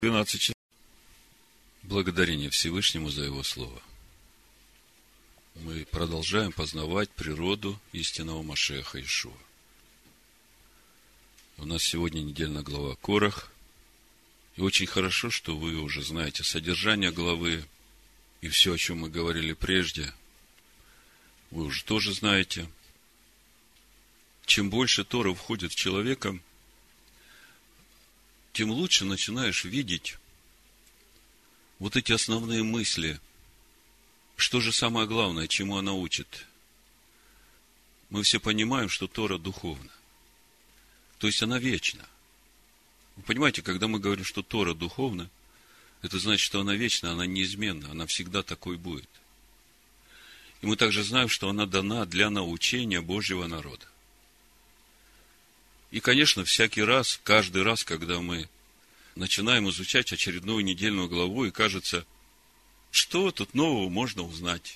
12 Благодарение Всевышнему за Его Слово. Мы продолжаем познавать природу истинного Машиаха Иешуа. У нас сегодня недельная глава Корах. И очень хорошо, что вы уже знаете содержание главы и все, о чем мы говорили прежде, вы уже тоже знаете. Чем больше Тора входит в человека, тем лучше начинаешь видеть вот эти основные мысли. Что же самое главное, чему она учит? Мы все понимаем, что Тора духовна. То есть она вечна. Вы понимаете, когда мы говорим, что Тора духовна, это значит, что она вечна, она неизменна, она всегда такой будет. И мы также знаем, что она дана для научения Божьего народа. И, конечно, всякий раз, каждый раз, когда мы начинаем изучать очередную недельную главу, и кажется, что тут нового можно узнать.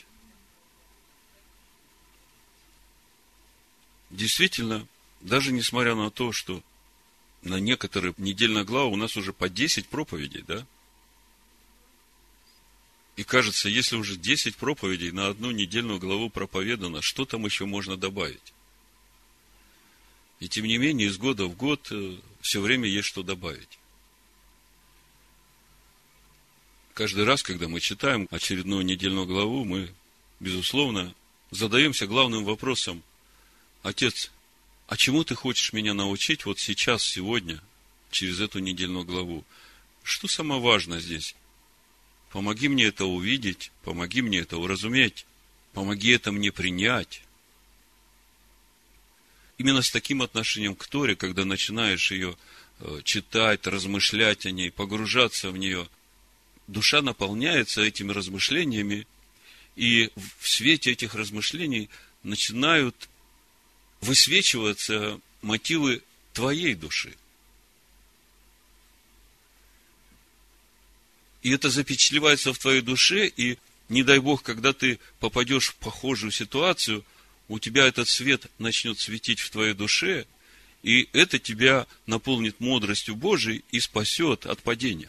Действительно, даже несмотря на то, что на некоторые недельные главы у нас уже по 10 проповедей, да? И кажется, если уже 10 проповедей на одну недельную главу проповедано, что там еще можно добавить? И тем не менее, из года в год все время есть что добавить. Каждый раз, когда мы читаем очередную недельную главу, мы, безусловно, задаемся главным вопросом: Отец, а чему ты хочешь меня научить вот сейчас, сегодня, через эту недельную главу? Что самое важное здесь? Помоги мне это увидеть, помоги мне это уразуметь, помоги это мне принять. Именно с таким отношением к Торе, когда начинаешь ее читать, размышлять о ней, погружаться в нее, душа наполняется этими размышлениями, и в свете этих размышлений начинают высвечиваться мотивы твоей души. И это запечатлевается в твоей душе, и, не дай Бог, когда ты попадешь в похожую ситуацию, у тебя этот свет начнет светить в твоей душе, и это тебя наполнит мудростью Божией и спасет от падения.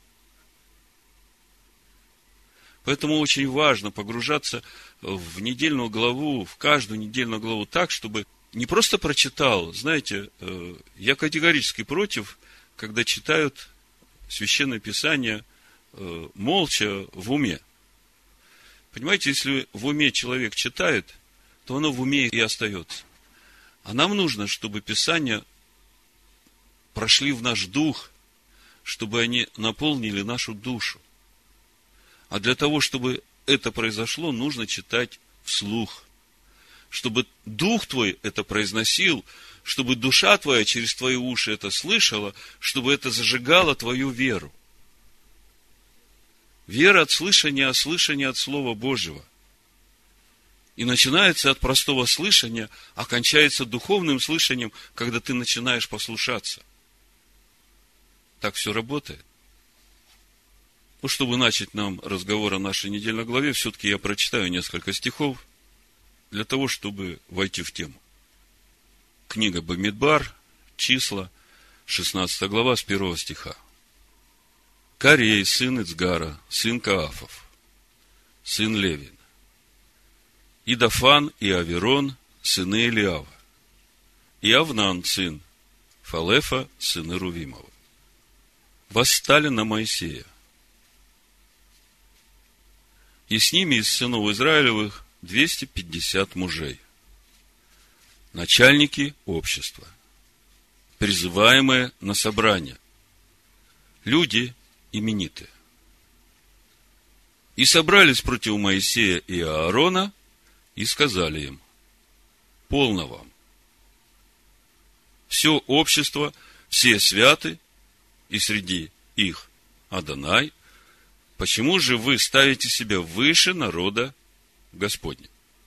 Поэтому очень важно погружаться в недельную главу, в каждую недельную главу так, чтобы не просто прочитал. Знаете, я категорически против, когда читают Священное Писание молча в уме. Понимаете, если в уме человек читает, то оно в уме и остается. А нам нужно, чтобы Писания прошли в наш дух, чтобы они наполнили нашу душу. А для того, чтобы это произошло, нужно читать вслух. Чтобы дух твой это произносил, чтобы душа твоя через твои уши это слышала, чтобы это зажигало твою веру. Вера от слышания, а слышание от Слова Божьего. И начинается от простого слышания, а кончается духовным слышанием, когда ты начинаешь послушаться. Так все работает. Ну, чтобы начать нам разговор о нашей недельной главе, все-таки я прочитаю несколько стихов, для того, чтобы войти в тему. Книга Бамидбар, числа, 16 глава, с 1 стиха. Карей, сын Ицгара, сын Каафов, сын Левин, и Дафан, и Аверон, сыны Элиава, и Авнан, сын Фалефа, сыны Рувимова, восстали на Моисея. И с ними из сынов Израилевых 250 мужей, начальники общества, призываемые на собрание, люди именитые. И собрались против Моисея и Аарона, и сказали им: полно вам. Все общество, все святы, и среди их Адонай. Почему же вы ставите себя выше народа Господня?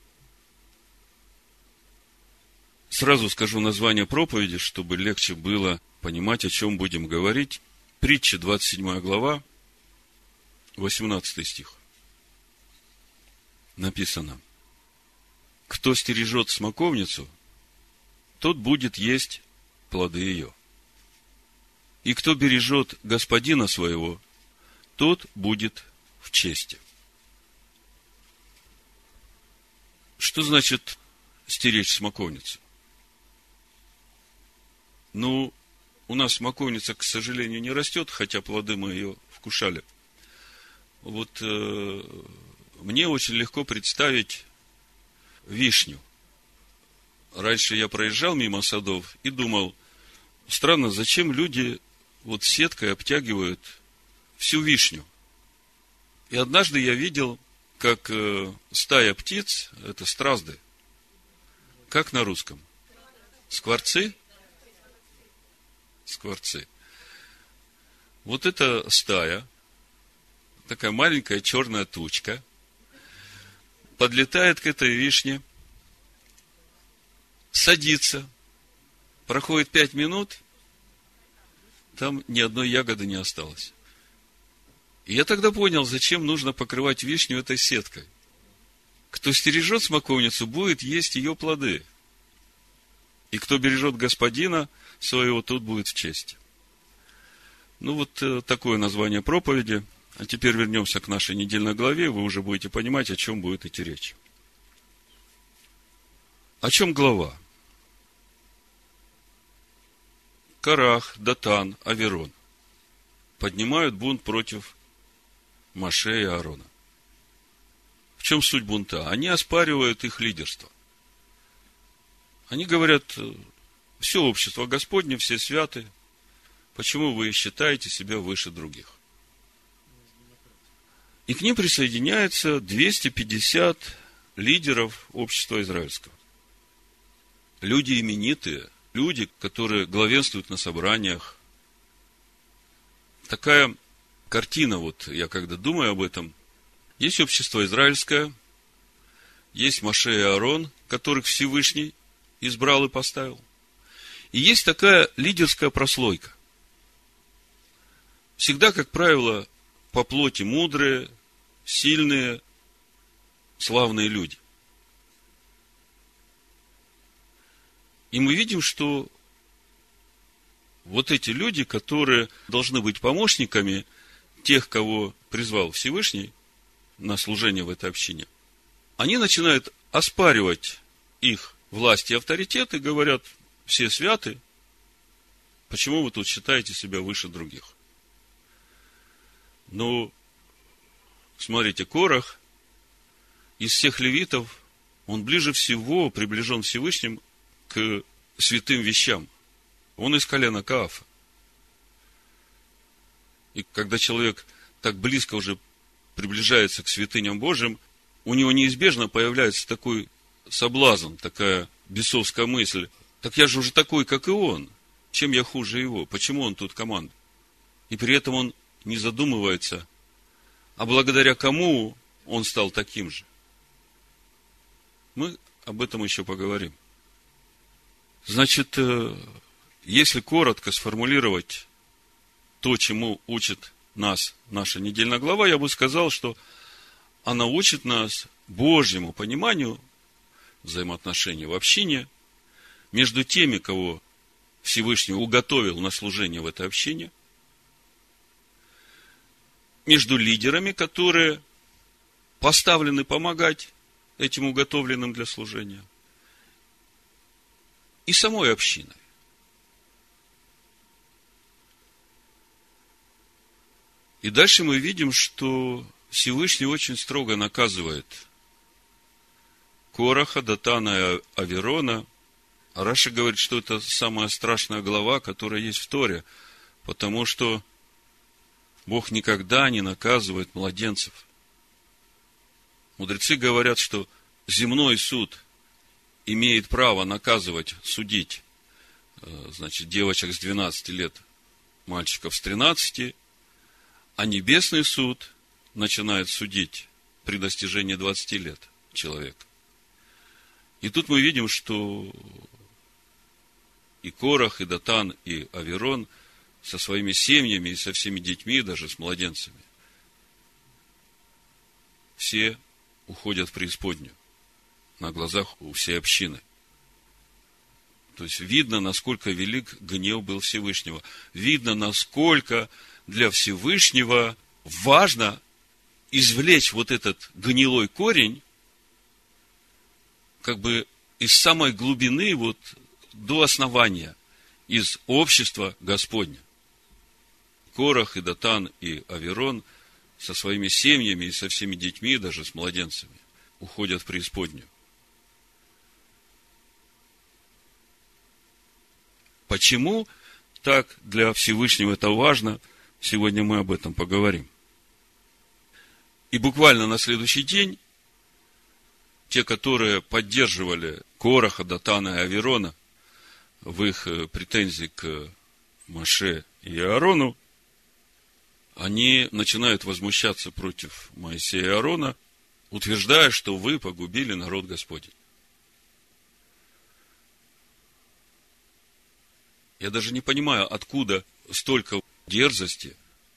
Сразу скажу название проповеди, чтобы легче было понимать, о чем будем говорить. Притча, 27 глава, 18 стих. Написано: кто стережет смоковницу, тот будет есть плоды ее. И кто бережет господина своего, тот будет в чести. Что значит стеречь смоковницу? Ну, у нас смоковница, к сожалению, не растет, хотя плоды мы ее вкушали. Вот мне очень легко представить вишню. Раньше я проезжал мимо садов и думал, странно, зачем люди вот сеткой обтягивают всю вишню. И однажды я видел, как стая птиц, это стразды, как на русском? Скворцы? Скворцы. Вот эта стая, такая маленькая черная тучка, подлетает к этой вишне, садится, проходит 5 минут, там ни одной ягоды не осталось. И я тогда понял, зачем нужно покрывать вишню этой сеткой. Кто стережет смоковницу, будет есть ее плоды. И кто бережет господина своего, тот будет в чести. Ну, вот такое название проповеди. А теперь вернемся к нашей недельной главе, вы уже будете понимать, о чем будет идти речь. О чем глава? Корах, Датан, Аверон поднимают бунт против Моше и Аарона. В чем суть бунта? Они оспаривают их лидерство. Они говорят, все общество Господне, все святы, почему вы считаете себя выше других? И к ним присоединяется 250 лидеров общества израильского. Люди именитые, люди, которые главенствуют на собраниях. Такая картина, вот я когда думаю об этом, есть общество израильское, есть Моше и Аарон, которых Всевышний избрал и поставил. И есть такая лидерская прослойка. Всегда, как правило, по плоти мудрые, сильные, славные люди. И мы видим, что вот эти люди, которые должны быть помощниками тех, кого призвал Всевышний на служение в этой общине, они начинают оспаривать их власть и авторитет и говорят, все святы, почему вы тут считаете себя выше других? Ну, смотрите, Корах из всех левитов, он ближе всего приближен Всевышним к святым вещам. Он из колена Каафа. И когда человек так близко уже приближается к святыням Божьим, у него неизбежно появляется такой соблазн, такая бесовская мысль. Так я же уже такой, как и он. Чем я хуже его? Почему он тут командует? И при этом он не задумывается, а благодаря кому он стал таким же. Мы об этом еще поговорим. Значит, если коротко сформулировать то, чему учит нас наша недельная глава, я бы сказал, что она учит нас Божьему пониманию взаимоотношений в общине между теми, кого Всевышний уготовил на служение в этой общине, между лидерами, которые поставлены помогать этим уготовленным для служения, и самой общиной. И дальше мы видим, что Всевышний очень строго наказывает Кораха, Датана и Аверона. А Раши говорит, что это самая страшная глава, которая есть в Торе, потому что Бог никогда не наказывает младенцев. Мудрецы говорят, что земной суд имеет право наказывать, судить, значит, девочек с 12 лет, мальчиков с 13, а небесный суд начинает судить при достижении 20 лет человека. И тут мы видим, что и Корах, и Датан, и Аверон со своими семьями и со всеми детьми, даже с младенцами, все уходят в преисподнюю на глазах у всей общины. То есть, видно, насколько велик гнев был Всевышнего. Видно, насколько для Всевышнего важно извлечь вот этот гнилой корень, как бы из самой глубины, вот до основания, из общества Господня. Корах и Датан и Аверон со своими семьями и со всеми детьми, даже с младенцами, уходят в преисподнюю. Почему так для Всевышнего это важно? Сегодня мы об этом поговорим. И буквально на следующий день те, которые поддерживали Кораха, Датана и Аверона в их претензии к Моше и Аарону, они начинают возмущаться против Моисея и Аарона, утверждая, что вы погубили народ Господень. Я даже не понимаю, откуда столько дерзости.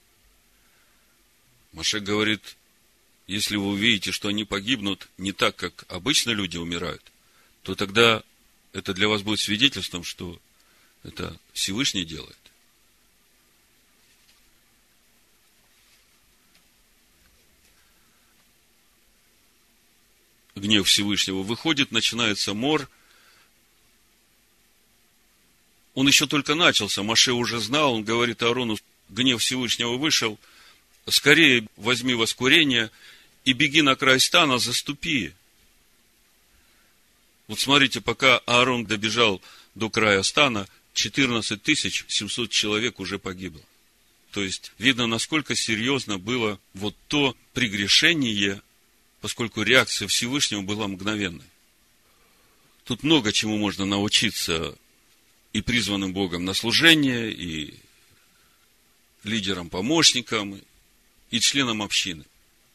Моше говорит, если вы увидите, что они погибнут не так, как обычно люди умирают, то тогда это для вас будет свидетельством, что это Всевышний делает. Гнев Всевышнего выходит, начинается мор. Он еще только начался, Моше уже знал, он говорит Аарону, гнев Всевышнего вышел, скорее возьми воскурение и беги на край стана, заступи. Вот смотрите, пока Аарон добежал до края стана, 14 700 человек уже погибло. То есть, видно, насколько серьезно было вот то прегрешение, поскольку реакция Всевышнего была мгновенной. Тут много чему можно научиться и призванным Богом на служение, и лидерам-помощникам, и членам общины.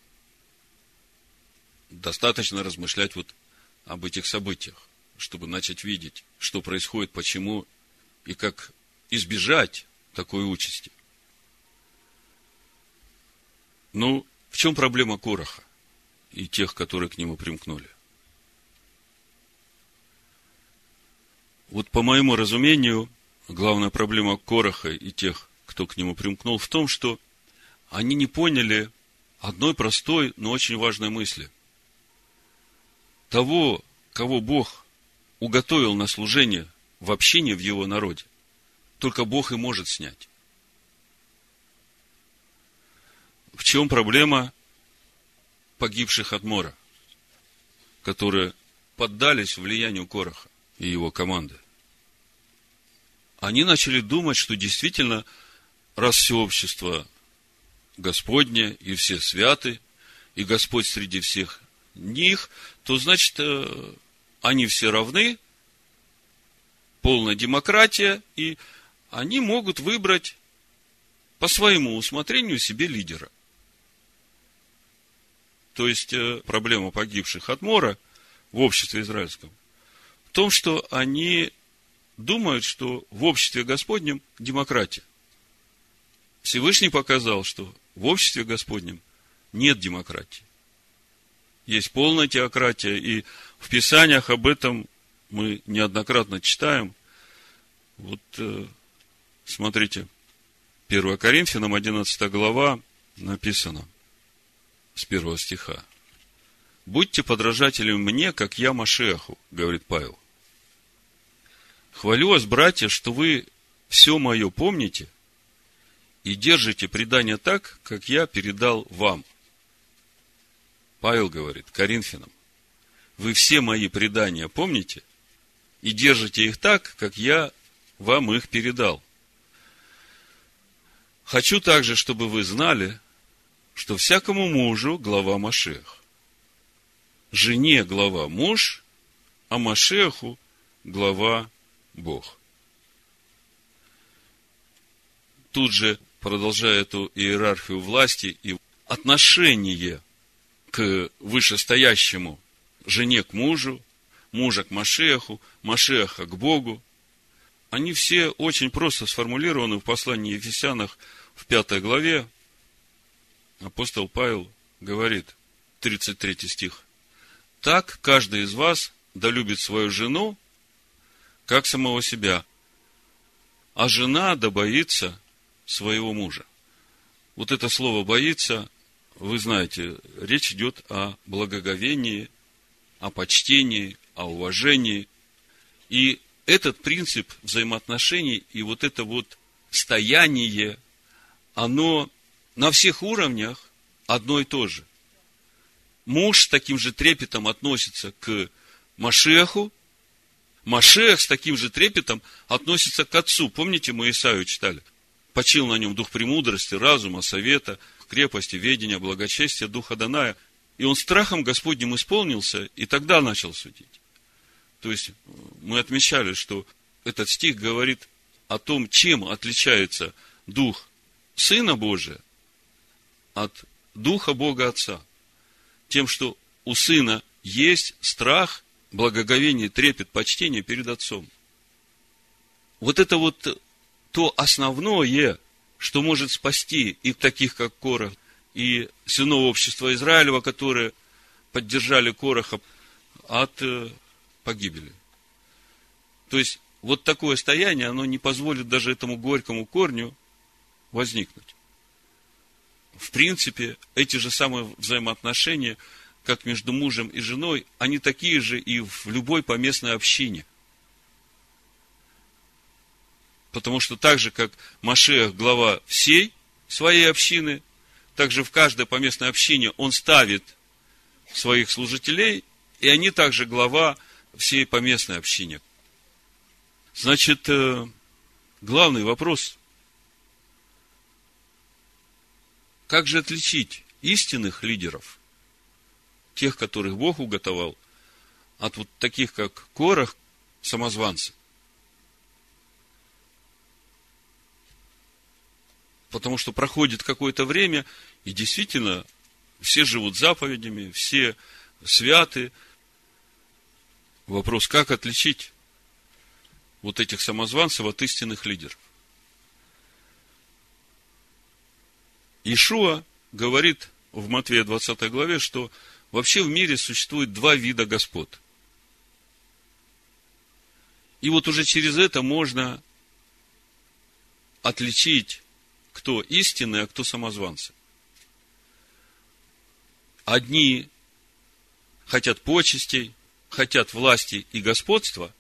Достаточно размышлять вот об этих событиях, чтобы начать видеть, что происходит, почему, и как избежать такой участи. Ну, в чем проблема Кораха и тех, которые к нему примкнули? Вот по моему разумению, главная проблема Кораха и тех, кто к нему примкнул, в том, что они не поняли одной простой, но очень важной мысли. Того, кого Бог уготовил на служение в общине в его народе, только Бог и может снять. В чем проблема погибших от мора, которые поддались влиянию Кораха и его команды? Они начали думать, что действительно, раз все общество Господне, и все святы, и Господь среди всех них, то значит, они все равны, полная демократия, и они могут выбрать по своему усмотрению себе лидера. То есть, проблема погибших от мора в обществе израильском в том, что они думают, что в обществе Господнем демократия. Всевышний показал, что в обществе Господнем нет демократии. Есть полная теократия, и в Писаниях об этом мы неоднократно читаем. Вот, смотрите, 1 Коринфянам, 11 глава, написано с 1 стиха. «Будьте подражателями мне, как я Машиаху», говорит Павел. «Хвалю вас, братья, что вы все мое помните и держите предание так, как я передал вам». Павел говорит Коринфянам: вы все мои предания помните и держите их так, как я вам их передал. Хочу также, чтобы вы знали, что всякому мужу глава Машиах, жене глава муж, а Машиаху глава Бог. Тут же, продолжая эту иерархию власти и отношение к вышестоящему, жене к мужу, мужа к Машиаху, Машиаха к Богу, они все очень просто сформулированы в послании Ефесянах в 5 главе. Апостол Павел говорит, 33 стих: «Так каждый из вас да любит свою жену, как самого себя, а жена да боится своего мужа. Вот это слово «боится», вы знаете, речь идет о благоговении, о почтении, о уважении. И этот принцип взаимоотношений и вот это вот стояние, оно на всех уровнях одно и то же. Муж с таким же трепетом относится к Машиаху, Машиах с таким же трепетом относится к Отцу. Помните, мы Исаию читали? Почил на нем дух премудрости, разума, совета, крепости, ведения, благочестия, духа Даная. И он страхом Господним исполнился, и тогда начал судить. То есть, мы отмечали, что этот стих говорит о том, чем отличается дух Сына Божия от духа Бога Отца. Тем, что у Сына есть страх, благоговение, трепет, почтение перед Отцом. Вот это вот то основное, что может спасти и таких, как Корах, и сынов общества Израилева, которые поддержали Кораха от погибели. То есть, вот такое стояние, оно не позволит даже этому горькому корню возникнуть. В принципе, эти же самые взаимоотношения, как между мужем и женой, они такие же и в любой поместной общине. Потому что так же, как Машиах глава всей своей общины, так же в каждой поместной общине он ставит своих служителей, и они также глава всей поместной общине. Значит, главный вопрос: как же отличить истинных лидеров, тех, которых Бог уготовал, от вот таких, как Корах, самозванцы? Потому что проходит какое-то время, и действительно, все живут заповедями, все святы. Вопрос, как отличить вот этих самозванцев от истинных лидеров? Иешуа говорит в Матфея 20 главе, что вообще в мире существует два вида господ. И вот уже через это можно отличить, кто истинный, а кто самозванцы. Одни хотят почестей, хотят власти и господства,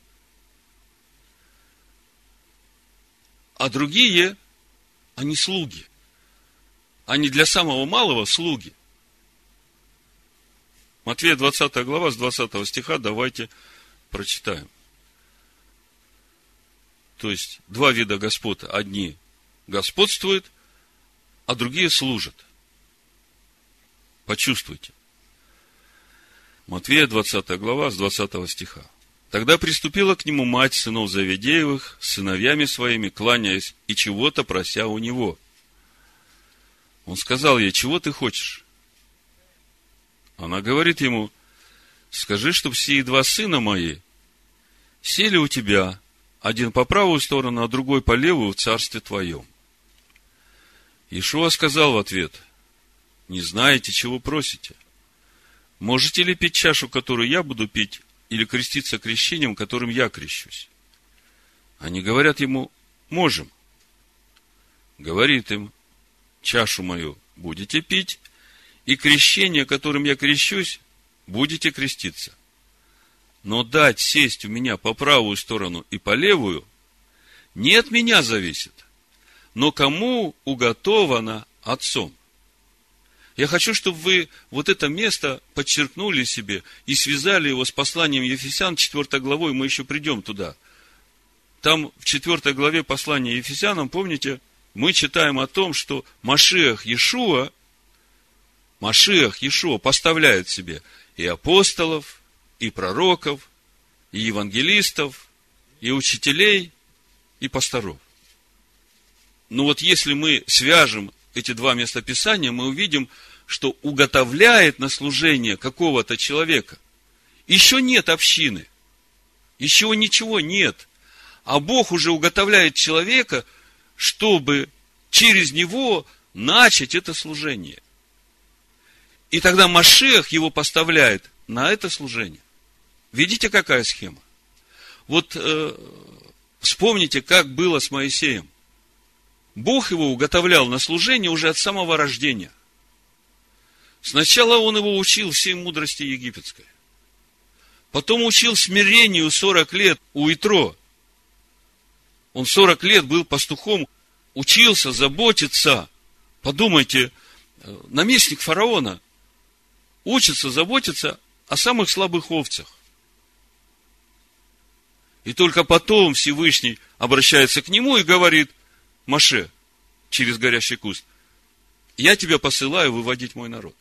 а другие, они слуги. Они для самого малого слуги. Матфея 20 глава, с 20 стиха давайте прочитаем. То есть, два вида господ. Одни господствуют, а другие служат. Почувствуйте. Матфея 20 глава, с 20 стиха. Тогда приступила к нему мать сынов Завидеевых с сыновьями своими, кланяясь и чего-то прося у него. Он сказал ей: чего ты хочешь? Она говорит ему: скажи, чтоб сии два сына мои сели у тебя, один по правую сторону, а другой по левую в царстве твоем. Иешуа сказал в ответ: не знаете, чего просите. Можете ли пить чашу, которую я буду пить, или креститься крещением, которым я крещусь? Они говорят ему: можем. Говорит им: чашу мою будете пить, и крещение, которым я крещусь, будете креститься. Но дать сесть у меня по правую сторону и по левую не от меня зависит, но кому уготовано Отцом. Я хочу, чтобы вы вот это место подчеркнули себе и связали его с посланием Ефесян, 4 главой, мы еще придем туда. Там в 4 главе послания Ефесянам, помните, мы читаем о том, что Машиах Иешуа поставляет себе и апостолов, и пророков, и евангелистов, и учителей, и пасторов. Но вот если мы свяжем эти два местописания, мы увидим, что уготовляет на служение какого-то человека. Еще нет общины, еще ничего нет, а Бог уже уготовляет человека, чтобы через него начать это служение. И тогда Машиах его поставляет на это служение. Видите, какая схема? Вот вспомните, как было с Моисеем. Бог его уготовлял на служение уже от самого рождения. Сначала он его учил всей мудрости египетской. Потом учил смирению 40 лет у Итро. Он 40 лет был пастухом, учился заботиться. Подумайте, наместник фараона учится заботиться о самых слабых овцах. И только потом Всевышний обращается к нему и говорит: Моше, через горящий куст, я тебя посылаю выводить мой народ.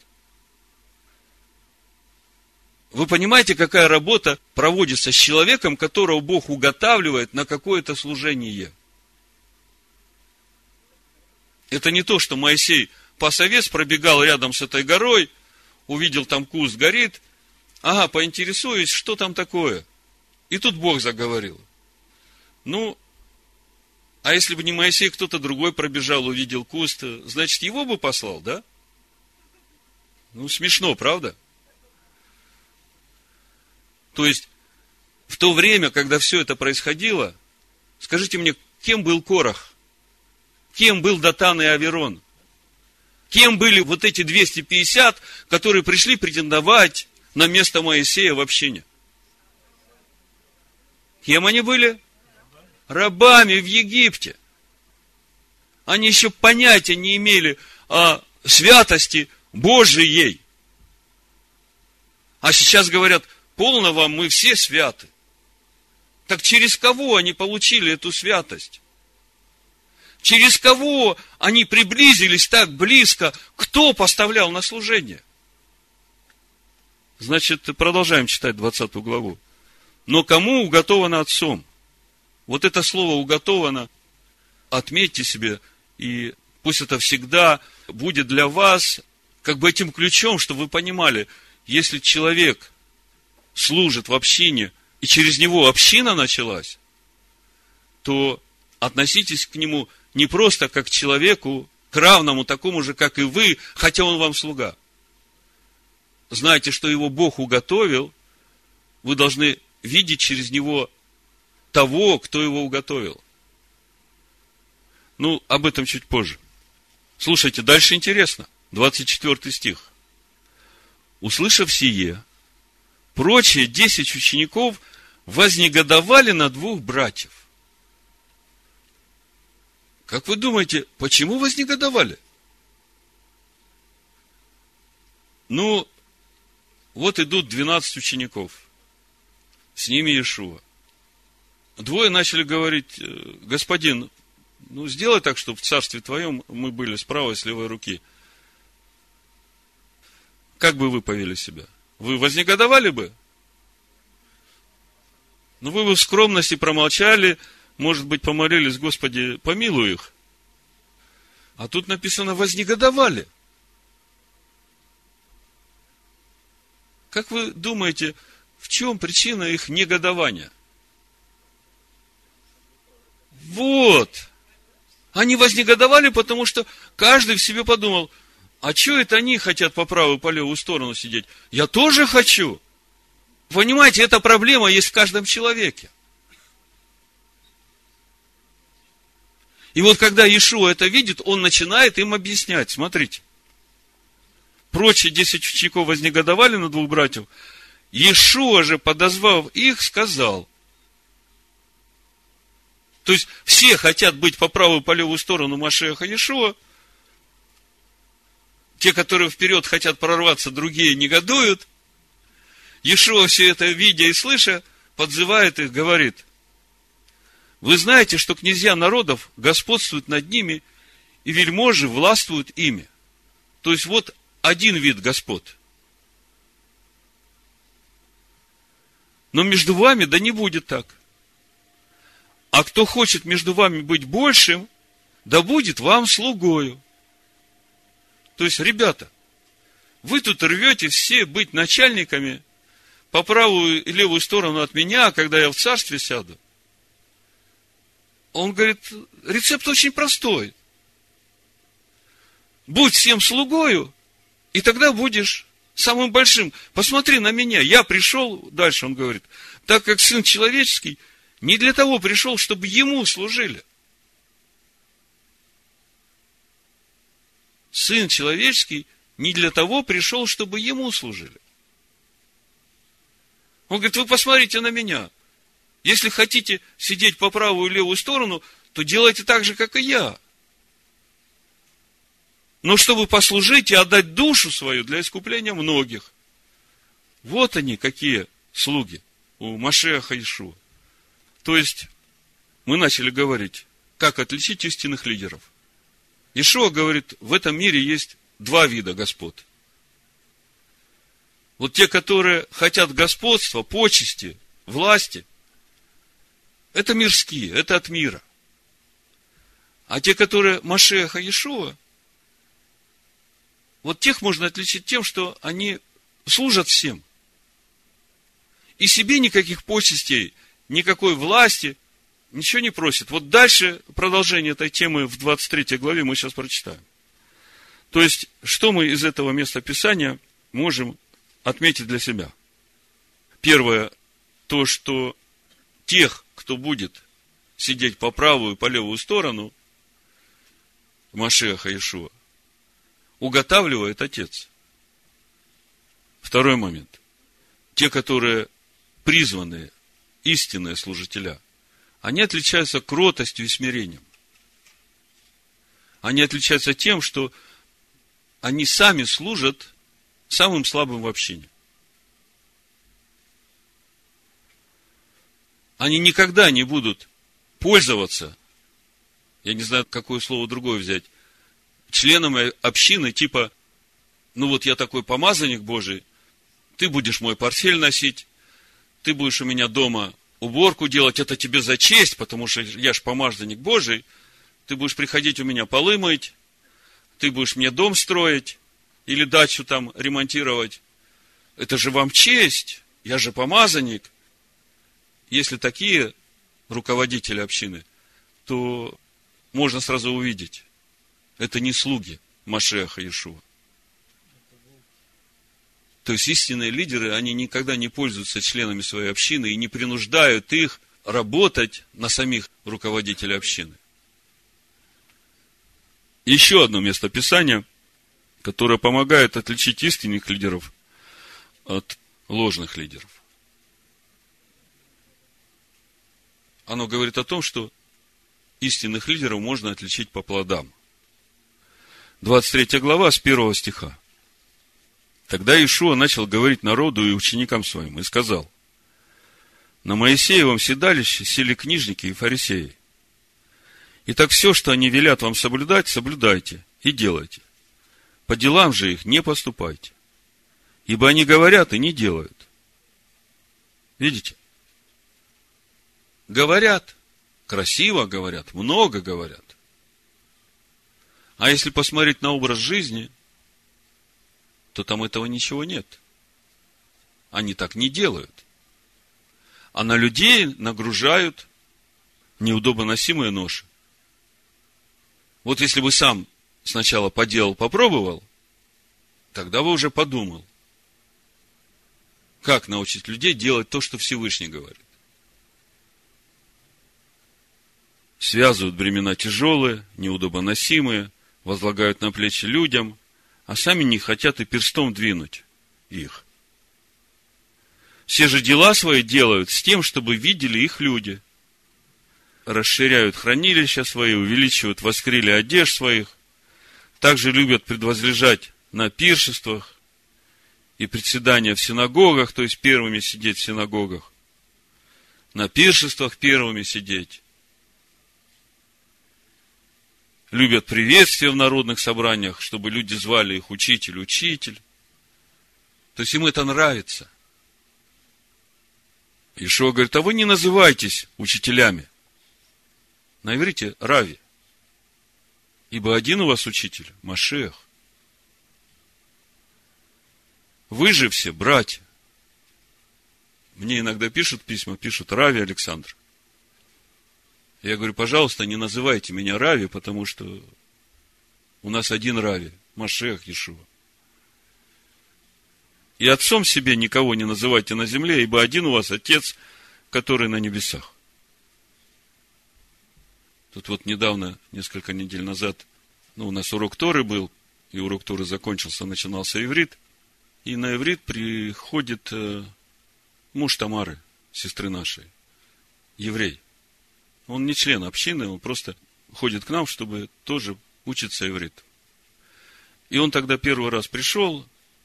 Вы понимаете, какая работа проводится с человеком, которого Бог уготавливает на какое-то служение? Это не то, что Моисей пас овец, пробегал рядом с этой горой, увидел там куст горит, ага, поинтересуюсь, что там такое. И тут Бог заговорил. Ну, а если бы не Моисей, кто-то другой пробежал, увидел куст, значит, его бы послал, да? Ну, смешно, правда? То есть, в то время, когда все это происходило, скажите мне, кем был Корах? Кем был Датан и Аверон? Кем были вот эти 250, которые пришли претендовать на место Моисея в общине? Кем они были? Рабами в Египте. Они еще понятия не имели о святости Божией. А сейчас говорят: полно вам, мы все святы. Так через кого они получили эту святость? Через кого они приблизились так близко? Кто поставлял на служение? Значит, продолжаем читать 20 главу. Но кому уготовано Отцом? Вот это слово уготовано, отметьте себе, и пусть это всегда будет для вас как бы этим ключом, чтобы вы понимали, если человек служит в общине, и через него община началась, то относитесь к нему не просто как к человеку, к равному, такому же, как и вы, хотя он вам слуга. Знайте, что его Бог уготовил, вы должны видеть через него того, кто его уготовил. Ну, об этом чуть позже. Слушайте, дальше интересно. 24 стих. Услышав сие, прочие 10 учеников вознегодовали на 2 братьев. Как вы думаете, почему вознегодовали? Ну, вот идут 12 учеников. С ними Иешуа. 2 начали говорить: господин, ну сделай так, чтобы в царстве твоем мы были с правой и с левой руки. Как бы вы повели себя? Вы вознегодовали бы? Ну, вы бы в скромности промолчали, может быть, помолились: Господи, помилуй их. А тут написано: вознегодовали. Как вы думаете, в чем причина их негодования? Вот. Они вознегодовали, потому что каждый в себе подумал: а что это они хотят по правую, по левую сторону сидеть? Я тоже хочу. Понимаете, эта проблема есть в каждом человеке. И вот когда Иешуа это видит, он начинает им объяснять. Смотрите. Прочие 10 учеников вознегодовали на 2 братьев. Иешуа же, подозвав их, сказал. То есть, все хотят быть по правую, по левую сторону Машиаха Иешуа. Те, которые вперед хотят прорваться, другие негодуют. Иешуа, все это видя и слыша, подзывает их, говорит: вы знаете, что князья народов господствуют над ними, и вельможи властвуют ими. То есть, вот один вид господ. Но между вами да не будет так. А кто хочет между вами быть большим, да будет вам слугою. То есть, ребята, вы тут рвете все быть начальниками по правую и левую сторону от меня, когда я в царстве сяду. Он говорит, рецепт очень простой. Будь всем слугою, и тогда будешь самым большим. Посмотри на меня, я пришел, дальше он говорит, так как Сын Человеческий не для того пришел, чтобы ему служили. Сын человеческий не для того пришел, чтобы ему служили. Он говорит, вы посмотрите на меня. Если хотите сидеть по правую и левую сторону, то делайте так же, как и я. Но чтобы послужить и отдать душу свою для искупления многих. Вот они, какие слуги у Машиаха Иешуа. То есть, мы начали говорить, как отличить истинных лидеров. Иешуа говорит, в этом мире есть два вида господ. Вот те, которые хотят господства, почести, власти, это мирские, это от мира. А те, которые Машиаха Иешуа, вот тех можно отличить тем, что они служат всем. И себе никаких почестей, никакой власти, ничего не просят. Вот дальше продолжение этой темы в 23 главе мы сейчас прочитаем. То есть, что мы из этого места Писания можем отметить для себя? Первое, то, что тех, кто будет сидеть по правую и по левую сторону Машиаха Иешуа, уготавливает Отец. Второй момент. Те, которые призванные, истинные служителя, они отличаются кротостью и смирением. Они отличаются тем, что они сами служат самым слабым в общине. Они никогда не будут пользоваться, я не знаю, какое слово другое взять, членами общины, типа, ну вот я такой помазанник Божий, ты будешь мой портфель носить, ты будешь у меня дома уборку делать, это тебе за честь, потому что я ж помазанник Божий, ты будешь приходить у меня полы мыть, ты будешь мне дом строить, или дачу там ремонтировать. Это же вам честь, я же помазанник. Если такие руководители общины, то можно сразу увидеть, это не слуги Машиаха Иешуа. То есть истинные лидеры, они никогда не пользуются членами своей общины и не принуждают их работать на самих руководителей общины. Еще одно место Писания, которое помогает отличить истинных лидеров от ложных лидеров. Оно говорит о том, что истинных лидеров можно отличить по плодам. 23 глава, с 1 стиха. Тогда Иешуа начал говорить народу и ученикам своим, и сказал: на Моисеевом седалище сели книжники и фарисеи. Итак, все, что они велят вам соблюдать, соблюдайте и делайте. По делам же их не поступайте, ибо они говорят и не делают. Видите? Говорят, красиво говорят, много говорят. А если посмотреть на образ жизни, то там этого ничего нет. Они так не делают. А на людей нагружают неудобоносимые ноши. Вот если бы сам сначала поделал, попробовал, тогда бы уже подумал, как научить людей делать то, что Всевышний говорит. Связывают бремена тяжелые, неудобоносимые, возлагают на плечи людям, а сами не хотят и перстом двинуть их. Все же дела свои делают с тем, чтобы видели их люди. Расширяют хранилища свои, увеличивают воскрили одежд своих, также любят предвозлежать на пиршествах и председания в синагогах, то есть первыми сидеть в синагогах, на пиршествах первыми сидеть. Любят приветствия в народных собраниях, чтобы люди звали их учитель, учитель. То есть им это нравится. Иешуа говорит: а вы не называйтесь учителями. На иврите рави. Ибо один у вас учитель, Машиах. Вы же все братья. Мне иногда пишут письма, пишут: Рави Александр. Я говорю: пожалуйста, не называйте меня Рави, потому что у нас один Рави, Машиах Иешуа. И отцом себе никого не называйте на земле, ибо один у вас Отец, который на небесах. Тут вот недавно, несколько недель назад, у нас урок Торы был, и урок Торы закончился, начинался иврит. И на иврит приходит муж Тамары, сестры нашей, еврей. Он не член общины, он просто ходит к нам, чтобы тоже учиться иврит. И он тогда первый раз пришел.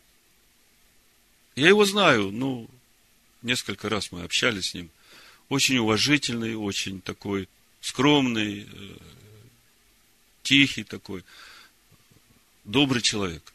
Я его знаю, несколько раз мы общались с ним. Очень уважительный, очень такой скромный, тихий такой, добрый человек.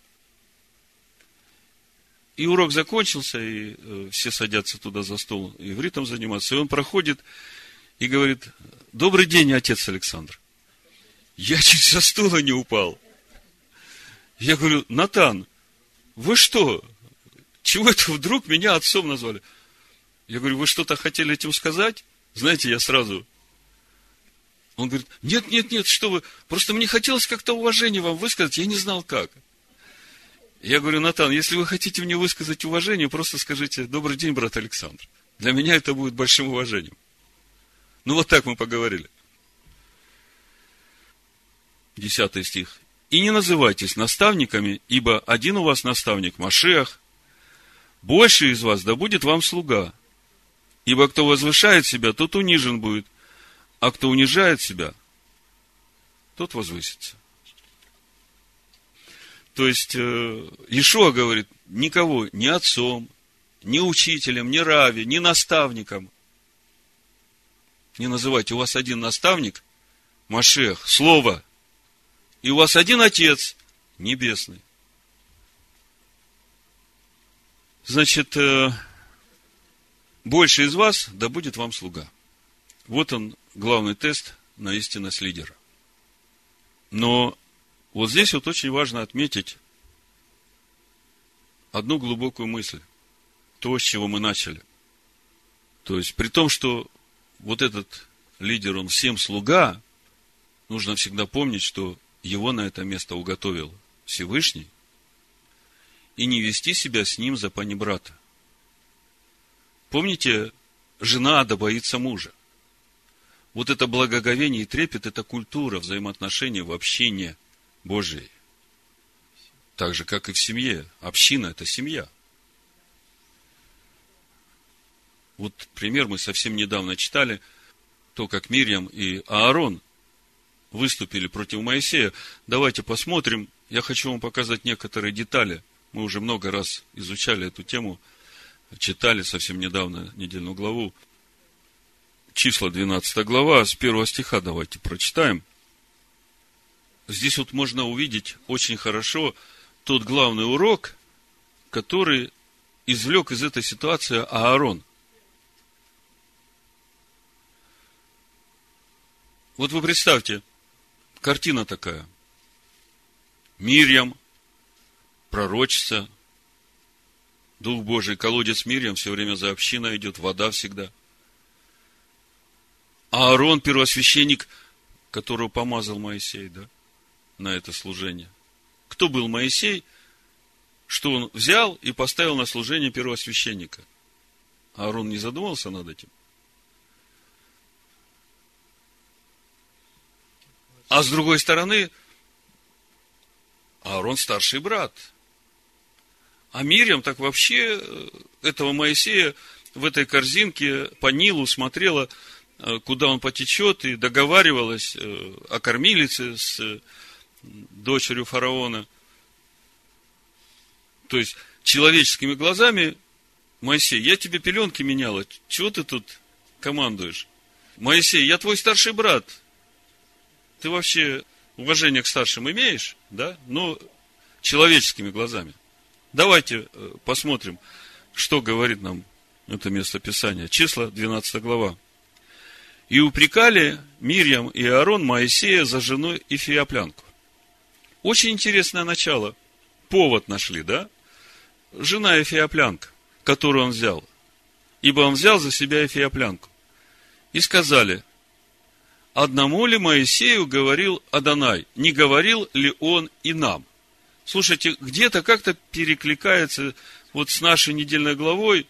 И урок закончился, и все садятся туда за стол ивритом заниматься. И он проходит и говорит: добрый день, отец Александр. Я чуть со стула не упал. Я говорю: Натан, вы что? Чего это вдруг меня отцом назвали? Я говорю: вы что-то хотели этим сказать? Знаете, я сразу... Он говорит: нет, что вы, просто мне хотелось как-то уважение вам высказать, я не знал как. Я говорю: Натан, если вы хотите мне высказать уважение, просто скажите: добрый день, брат Александр. Для меня это будет большим уважением. Вот так мы поговорили. 10 стих. И не называйтесь наставниками, ибо один у вас наставник Машиах, больший из вас да будет вам слуга. Ибо кто возвышает себя, тот унижен будет, а кто унижает себя, тот возвысится. То есть, Иешуа говорит: никого ни отцом, ни учителем, ни рави, ни наставником не называйте. У вас один наставник, Машиах, Слово, и у вас один Отец Небесный. Значит, больше из вас да будет вам слуга. Вот он, главный тест на истинность лидера. Но вот здесь вот очень важно отметить одну глубокую мысль. То, с чего мы начали. То есть, при том, что вот этот лидер, он всем слуга, нужно всегда помнить, что его на это место уготовил Всевышний, и не вести себя с ним за панибрата. Помните, жена да боится мужа. Вот это благоговение и трепет, это культура взаимоотношений в общине Божией. Так же, как и в семье. Община – это семья. Вот пример мы совсем недавно читали, то, как Мирьям и Аарон выступили против Моисея. Давайте посмотрим. Я хочу вам показать некоторые детали. Мы уже много раз изучали эту тему, читали совсем недавно недельную главу. Числа 12 глава, с 1 стиха давайте прочитаем. Здесь вот можно увидеть очень хорошо тот главный урок, который извлек из этой ситуации Аарон. Вот вы представьте, картина такая. Мирьям, пророчица, Дух Божий, колодец Мирьям, все время за общиной идет, вода всегда. А Аарон, первосвященник, которого помазал Моисей, на это служение. Кто был Моисей? Что он взял и поставил на служение первосвященника? Аарон не задумался над этим? А с другой стороны, Аарон старший брат. А Мирьям так вообще этого Моисея в этой корзинке по Нилу смотрела, куда он потечет, и договаривалась о кормилице с дочерью фараона. То есть, человеческими глазами: Моисей, я тебе пеленки меняла, чего ты тут командуешь? Моисей, я твой старший брат. Ты вообще уважение к старшим имеешь? Да? Но человеческими глазами. Давайте посмотрим, что говорит нам это место Писания. Числа, 12 глава. И упрекали Мирьям и Аарон Моисея за жену Эфиоплянку. Очень интересное начало. Повод нашли, да? Жена Эфиоплянка, которую он взял. Ибо он взял за себя Эфиоплянку. И сказали: одному ли Моисею говорил Адонай? Не говорил ли он и нам? Слушайте, где-то как-то перекликается вот с нашей недельной главой: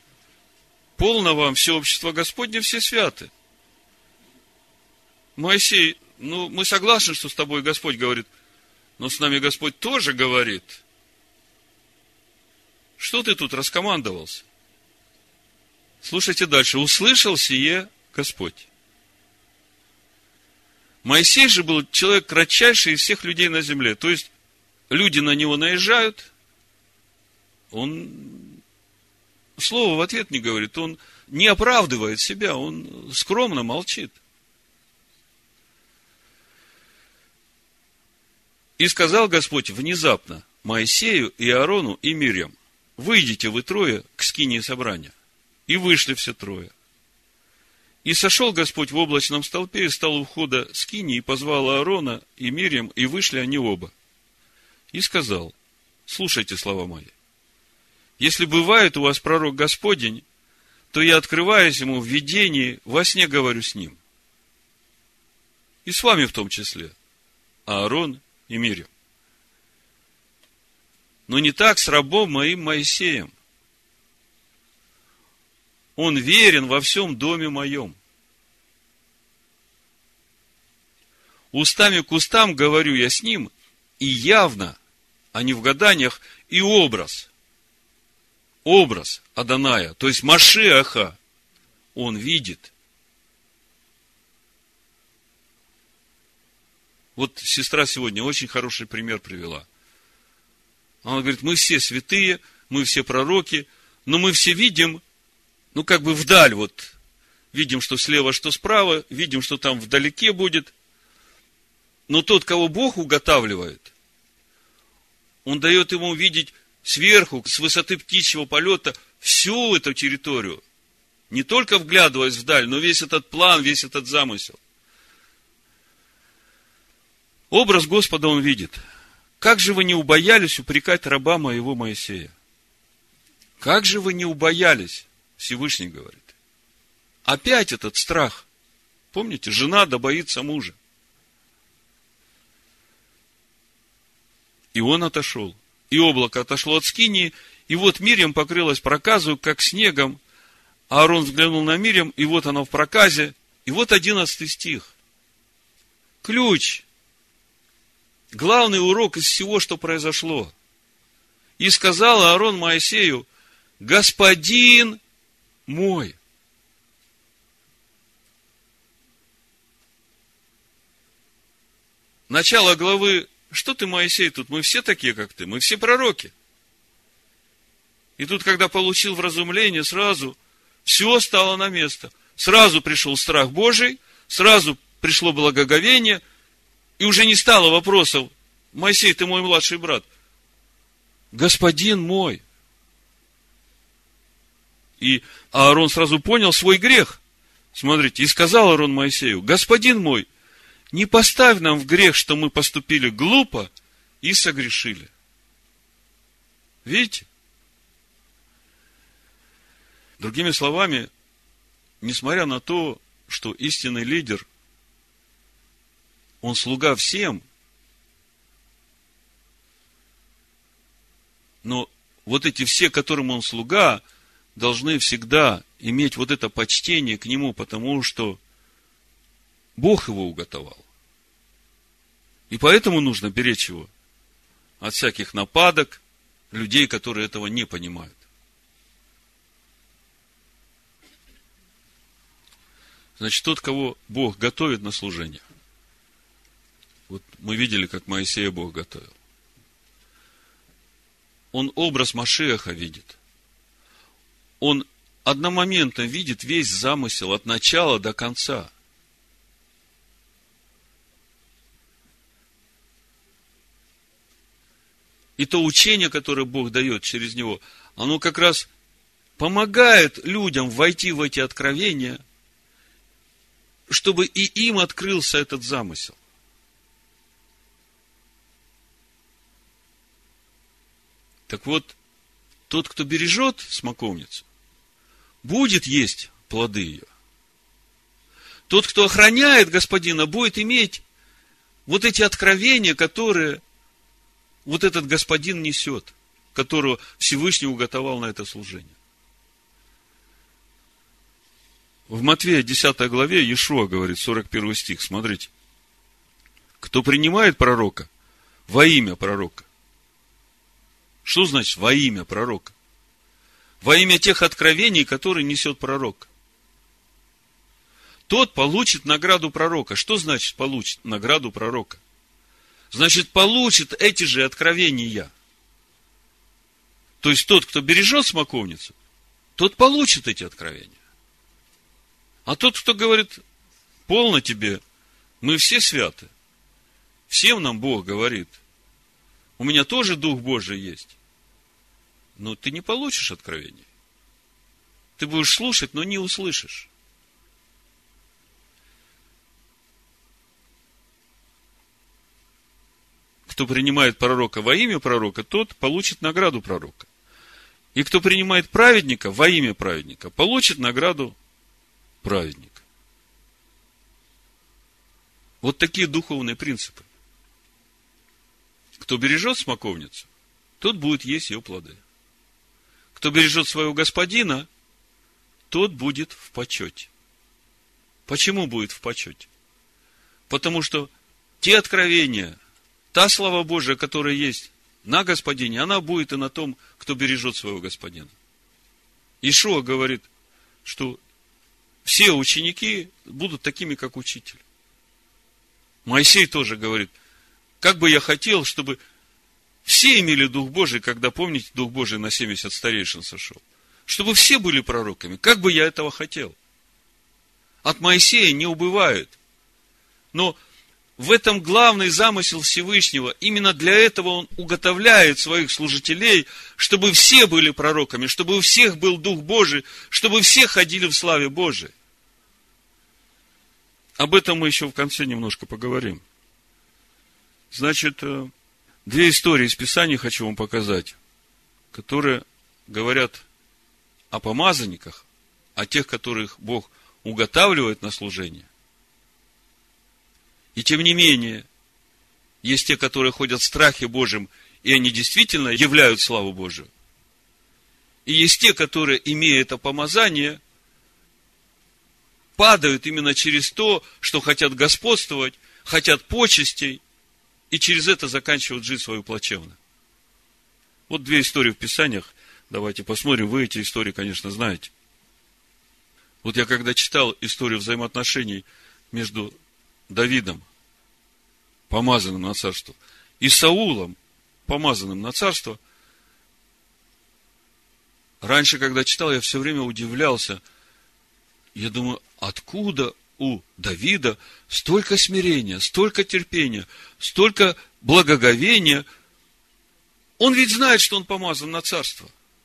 полно вам, все общество Господне, все святы. Моисей мы согласны, что с тобой Господь говорит, но с нами Господь тоже говорит. Что ты тут раскомандовался? Слушайте дальше. Услышал сие Господь. Моисей же был человек кратчайший из всех людей на земле. То есть, люди на него наезжают, он слова в ответ не говорит, он не оправдывает себя, он скромно молчит. И сказал Господь внезапно Моисею и Аарону и Мирьям: выйдите вы трое к скинии собрания. И вышли все трое. И сошел Господь в облачном столпе, и стал у входа скинии, и позвал Аарона и Мирьям, и вышли они оба. И сказал: слушайте слова мои. Если бывает у вас пророк Господень, то я, открываясь ему в видении, во сне говорю с ним. И с вами в том числе, Аарон и Мирьям. Но не так с рабом моим Моисеем. Он верен во всем доме моем. Устами к устам говорю я с ним, и явно, а не в гаданиях, и образ Адоная, то есть Машиаха, он видит. Вот сестра сегодня очень хороший пример привела. Она говорит, мы все святые, мы все пророки, но мы все видим, как бы вдаль, видим, что слева, что справа, видим, что там вдалеке будет. Но тот, кого Бог уготавливает, Он дает ему видеть сверху, с высоты птичьего полета, всю эту территорию. Не только вглядываясь вдаль, но весь этот план, весь этот замысел. Образ Господа он видит. Как же вы не убоялись упрекать раба моего Моисея? Как же вы не убоялись? Всевышний говорит. Опять этот страх. Помните, жена да боится мужа. И он отошел. И облако отошло от скинии. И вот Мирьям покрылась проказою, как снегом. Аарон взглянул на Мирьям, и вот она в проказе. И вот 11 стих. Ключ. Главный урок из всего, что произошло. И сказал Аарон Моисею: Господин мой. Начало главы: что ты, Моисей, тут? Мы все такие, как ты, мы все пророки. И тут, когда получил вразумление, сразу все стало на место. Сразу пришел страх Божий, сразу пришло благоговение, и уже не стало вопросов: Моисей, ты мой младший брат. Господин мой. И Аарон сразу понял свой грех. Смотрите, и сказал Аарон Моисею: Господин мой, не поставь нам в грех, что мы поступили глупо и согрешили. Видите? Другими словами, несмотря на то, что истинный лидер, он слуга всем, но вот эти все, которым он слуга, должны всегда иметь вот это почтение к нему, потому что Бог его уготовал. И поэтому нужно беречь его от всяких нападок, людей, которые этого не понимают. Значит, тот, кого Бог готовит на служение. Вот мы видели, как Моисея Бог готовил. Он образ Машиаха видит. Он одномоментно видит весь замысел от начала до конца. И то учение, которое Бог дает через него, оно как раз помогает людям войти в эти откровения, чтобы и им открылся этот замысел. Так вот, тот, кто бережет смоковницу, будет есть плоды ее. Тот, кто охраняет Господина, будет иметь вот эти откровения, которые вот этот Господин несет, которого Всевышний уготовал на это служение. В Матфея 10 главе Иешуа говорит, 41 стих, смотрите. Кто принимает пророка во имя пророка. Что значит во имя пророка? Во имя тех откровений, которые несет пророк. Тот получит награду пророка. Что значит получит награду пророка? Значит, получит эти же откровения. То есть, тот, кто бережет смоковницу, тот получит эти откровения. А тот, кто говорит, полно тебе, мы все святы, всем нам Бог говорит, у меня тоже Дух Божий есть, но ты не получишь откровения. Ты будешь слушать, но не услышишь. Кто принимает пророка во имя пророка, тот получит награду пророка. И кто принимает праведника во имя праведника, получит награду праведника. Вот такие духовные принципы. Кто бережет смоковницу, тот будет есть ее плоды. Кто бережет своего господина, тот будет в почете. Почему будет в почете? Потому что те откровения, та слава Божия, которая есть на господине, она будет и на том, кто бережет своего господина. Иешуа говорит, что все ученики будут такими, как учитель. Моисей тоже говорит, как бы я хотел, чтобы все имели Дух Божий, когда, помните, Дух Божий на 70 старейшин сошел. Чтобы все были пророками. Как бы я этого хотел. От Моисея не убывает. Но в этом главный замысел Всевышнего. Именно для этого Он уготовляет своих служителей, чтобы все были пророками, чтобы у всех был Дух Божий, чтобы все ходили в славе Божией. Об этом мы еще в конце немножко поговорим. Значит, две истории из Писания хочу вам показать, которые говорят о помазанниках, о тех, которых Бог уготавливает на служение. И тем не менее, есть те, которые ходят в страхе Божьем, и они действительно являют славу Божию. И есть те, которые, имея это помазание, падают именно через то, что хотят господствовать, хотят почестей, и через это заканчивают жизнь свою плачевно. Вот две истории в Писаниях. Давайте посмотрим. Вы эти истории, конечно, знаете. Вот я когда читал историю взаимоотношений между Давидом, помазанным на царство, и Саулом, помазанным на царство, раньше, когда читал, я все время удивлялся. Я думаю, откуда у Давида столько смирения, столько терпения, столько благоговения? Он ведь знает, что он помазан на царство.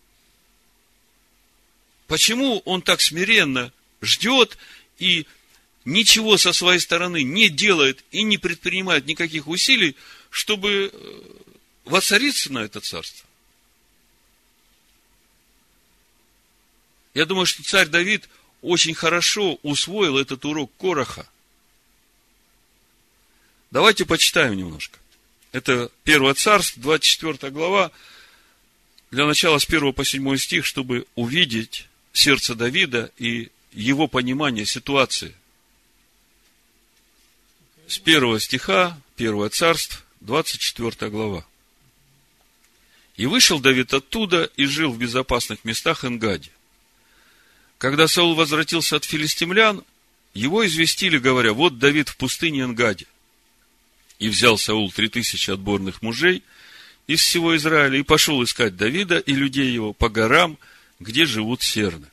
Почему он так смиренно ждет и ничего со своей стороны не делает и не предпринимает никаких усилий, чтобы воцариться на это царство? Я думаю, что царь Давид очень хорошо усвоил этот урок Кораха. Давайте почитаем немножко. Это 1 Царств, 24 глава, для начала с 1 по 7 стих, чтобы увидеть сердце Давида и его понимание ситуации. С 1 стиха, 1 Царств, 24 глава. «И вышел Давид оттуда и жил в безопасных местах Энгаде. Когда Саул возвратился от филистимлян, его известили, говоря, вот Давид в пустыне Энгаде. И взял Саул 3000 отборных мужей из всего Израиля и пошел искать Давида и людей его по горам, где живут серны.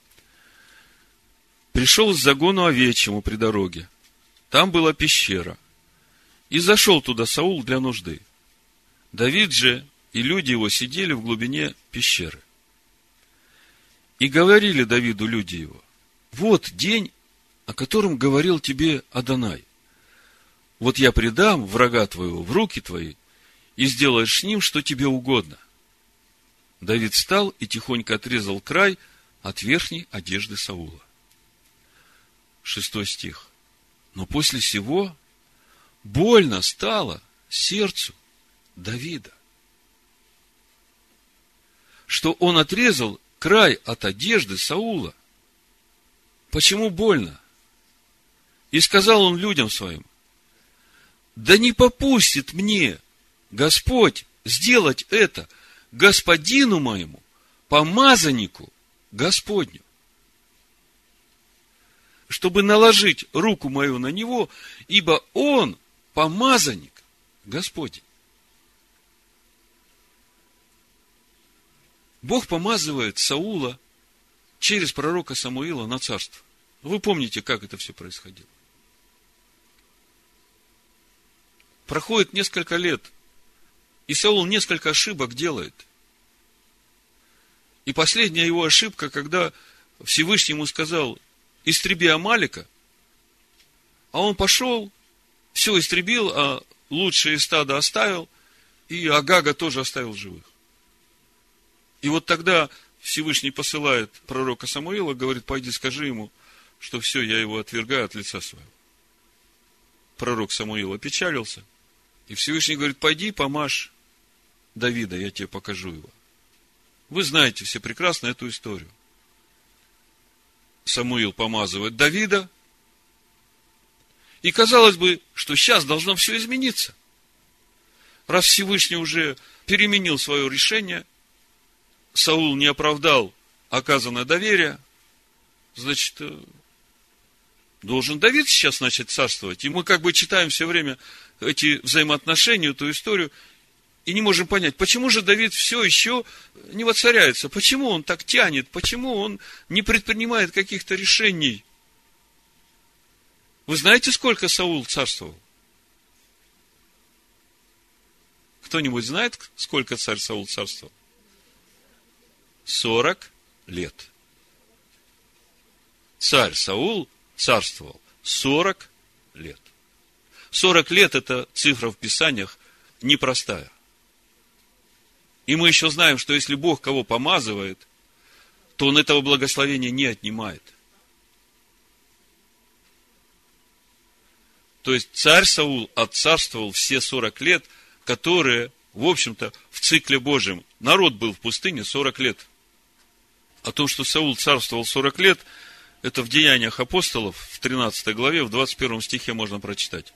Пришел к загону овечьему при дороге. Там была пещера. И зашел туда Саул для нужды. Давид же и люди его сидели в глубине пещеры. И говорили Давиду люди его: вот день, о котором говорил тебе Адонай. Вот я предам врага твоего в руки твои, и сделаешь с ним, что тебе угодно. Давид встал и тихонько отрезал край от верхней одежды Саула. 6 стих. Но после сего больно стало сердцу Давида, что он отрезал край от одежды Саула. Почему больно? И сказал он людям своим: да не попустит мне Господь сделать это господину моему, помазаннику Господню, чтобы наложить руку мою на него, ибо он помазанник Господень. Бог помазывает Саула через пророка Самуила на царство. Вы помните, как это все происходило? Проходит несколько лет, и Саул несколько ошибок делает. И последняя его ошибка, когда Всевышний ему сказал: истреби Амалика, а он пошел, все истребил, а лучшие стада оставил, и Агага тоже оставил живых. И вот тогда Всевышний посылает пророка Самуила, говорит: пойди скажи ему, что все, я его отвергаю от лица своего. Пророк Самуил опечалился, и Всевышний говорит: пойди помажь Давида, я тебе покажу его. Вы знаете все прекрасно эту историю. Самуил помазывает Давида, и казалось бы, что сейчас должно все измениться. Раз Всевышний уже переменил свое решение, Саул не оправдал оказанное доверие, значит, должен Давид сейчас начать царствовать. И мы как бы читаем все время эти взаимоотношения, эту историю, и не можем понять, почему же Давид все еще не воцаряется, почему он так тянет, почему он не предпринимает каких-то решений. Вы знаете, сколько Саул царствовал? Кто-нибудь знает, сколько царь Саул царствовал? 40 лет. Царь Саул царствовал 40 лет. 40 лет – это цифра в Писаниях непростая. И мы еще знаем, что если Бог кого помазывает, то Он этого благословения не отнимает. То есть царь Саул отцарствовал все 40 лет, которые, в общем-то, в цикле Божьем. Народ был в пустыне 40 лет. О том, что Саул царствовал 40 лет, это в Деяниях апостолов, в 13 главе, в 21 стихе можно прочитать.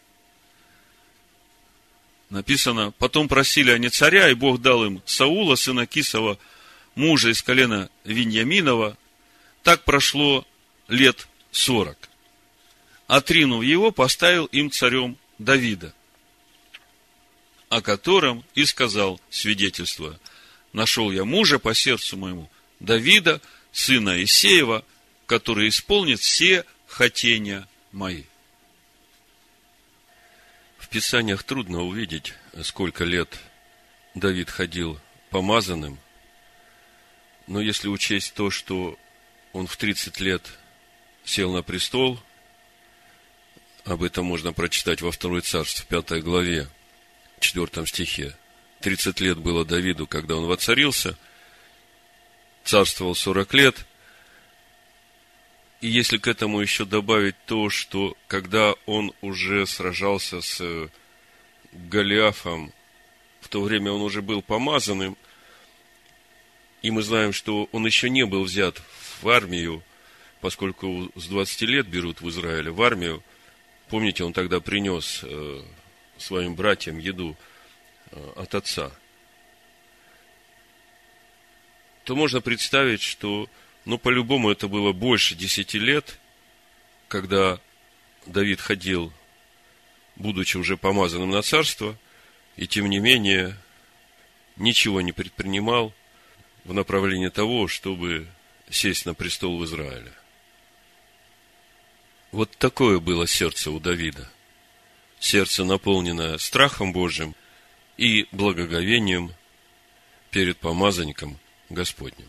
Написано: потом просили они царя, и Бог дал им Саула, сына Кисова, мужа из колена Виньяминова. Так прошло лет 40. Отринув его, поставил им царем Давида, о котором и сказал, свидетельствуя: нашел я мужа по сердцу моему, Давида, сына Иссеева, который исполнит все хотения мои. В Писаниях трудно увидеть, сколько лет Давид ходил помазанным, но если учесть то, что он в 30 лет сел на престол, об этом можно прочитать во 2 Царств, 5 главе, 4 стихе. 30 лет было Давиду, когда он воцарился, царствовал 40 лет. И если к этому еще добавить то, что когда он уже сражался с Голиафом, в то время он уже был помазанным, и мы знаем, что он еще не был взят в армию, поскольку с 20 лет берут в Израиле в армию. Помните, он тогда принес своим братьям еду от отца. То можно представить, что по-любому это было больше 10 лет, когда Давид ходил, будучи уже помазанным на царство, и тем не менее ничего не предпринимал в направлении того, чтобы сесть на престол в Израиле. Вот такое было сердце у Давида. Сердце, наполненное страхом Божьим и благоговением перед помазанником Господним.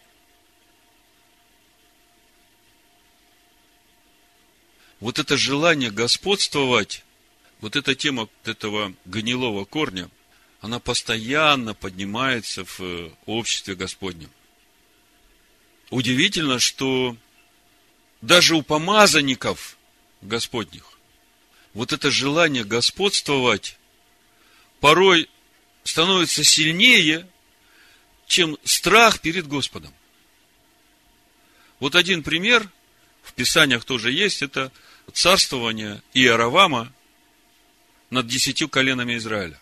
Вот это желание господствовать, вот эта тема вот этого гнилого корня, она постоянно поднимается в обществе Господнем. Удивительно, что даже у помазанников Господних вот это желание господствовать порой становится сильнее, чем страх перед Господом. Вот один пример, в Писаниях тоже есть, это царствование Иоравама над 10 коленами Израиля.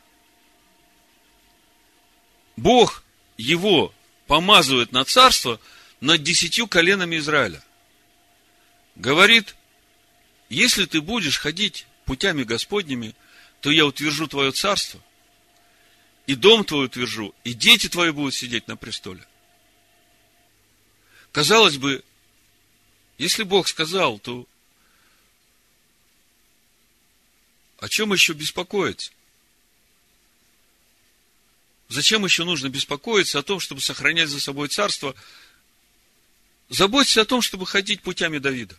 Бог его помазывает на царство над 10 коленами Израиля. Говорит: если ты будешь ходить путями Господними, то я утвержу твое царство, и дом твой утвержу, и дети твои будут сидеть на престоле. Казалось бы, если Бог сказал, то о чем еще беспокоиться? Зачем еще нужно беспокоиться о том, чтобы сохранять за собой царство? Заботься о том, чтобы ходить путями Давида.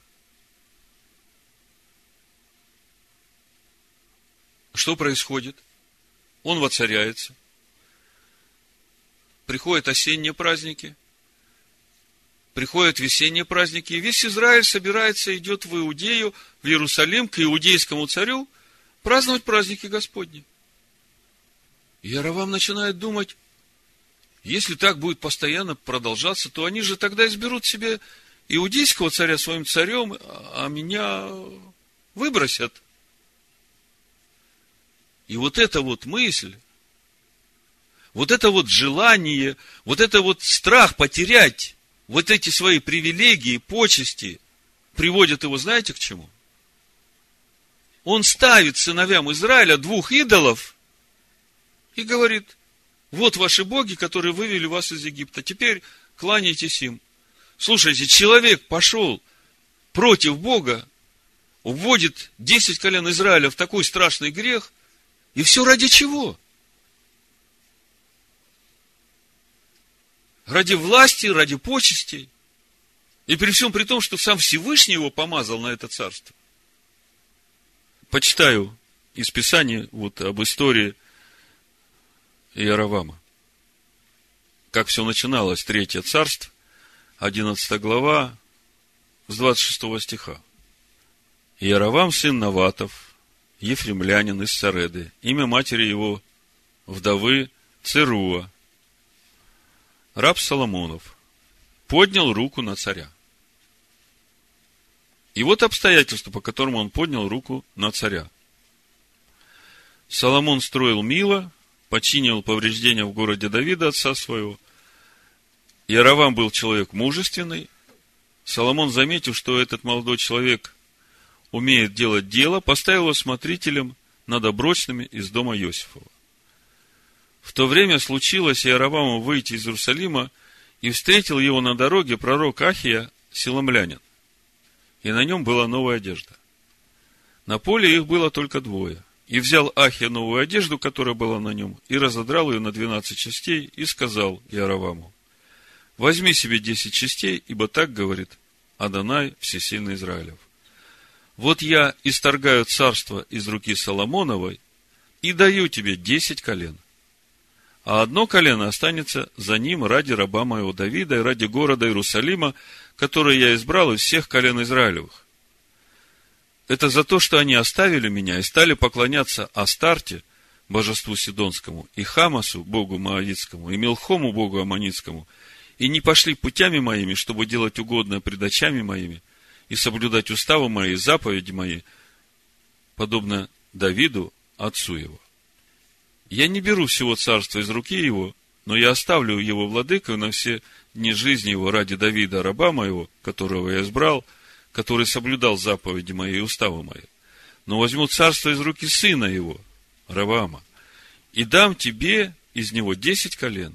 Что происходит? Он воцаряется. Приходят осенние праздники. Приходят весенние праздники. И весь Израиль собирается, идет в Иудею, в Иерусалим, к иудейскому царю, праздновать праздники Господни. И Яровам начинает думать: если так будет постоянно продолжаться, то они же тогда изберут себе иудейского царя своим царем, а меня выбросят. И вот эта вот мысль, вот это вот желание, вот это вот страх потерять вот эти свои привилегии, почести, приводит его, знаете, к чему? Он ставит сыновьям Израиля 2 идолов и говорит: вот ваши боги, которые вывели вас из Египта, теперь кланяйтесь им. Слушайте, человек пошел против Бога, вводит 10 колен Израиля в такой страшный грех, и все ради чего? Ради власти, ради почестей. И при всем при том, что сам Всевышний его помазал на это царство. Почитаю из Писания вот об истории Иеровама. Как все начиналось, 3 царство, 11 глава, с 26 стиха. Иеровам, сын Наватов, ефремлянин из Сареды, имя матери его вдовы Церуа, раб Соломонов, поднял руку на царя. И вот обстоятельства, по которым он поднял руку на царя. Соломон строил Мило, починил повреждения в городе Давида, отца своего. Иеровам был человек мужественный. Соломон, заметив, что этот молодой человек умеет делать дело, поставил его смотрителем над оброчными из дома Иосифова. В то время случилось Иероваму выйти из Иерусалима, и встретил его на дороге пророк Ахия, силомлянин, и на нем была новая одежда. На поле их было только 2. И взял Ахия новую одежду, которая была на нем, и разодрал ее на 12 частей, и сказал Иероваму: возьми себе 10 частей, ибо так говорит Адонай, всесильный Израилев. Вот я исторгаю царство из руки Соломоновой и даю тебе 10 колен. А 1 колено останется за ним ради раба моего Давида и ради города Иерусалима, который я избрал из всех колен Израилевых. Это за то, что они оставили меня и стали поклоняться Астарте, божеству Сидонскому, и Хамасу, богу Моавитскому, и Милхому, богу Аммонитскому, и не пошли путями моими, чтобы делать угодное пред очами моими, и соблюдать уставы мои, и заповеди мои, подобно Давиду, отцу его. Я не беру всего царства из руки его, но я оставлю его владыкой на все дни жизни его ради Давида, раба моего, которого я избрал, который соблюдал заповеди мои и уставы мои. Но возьму царство из руки сына его, Ровоама, и дам тебе из него 10 колен.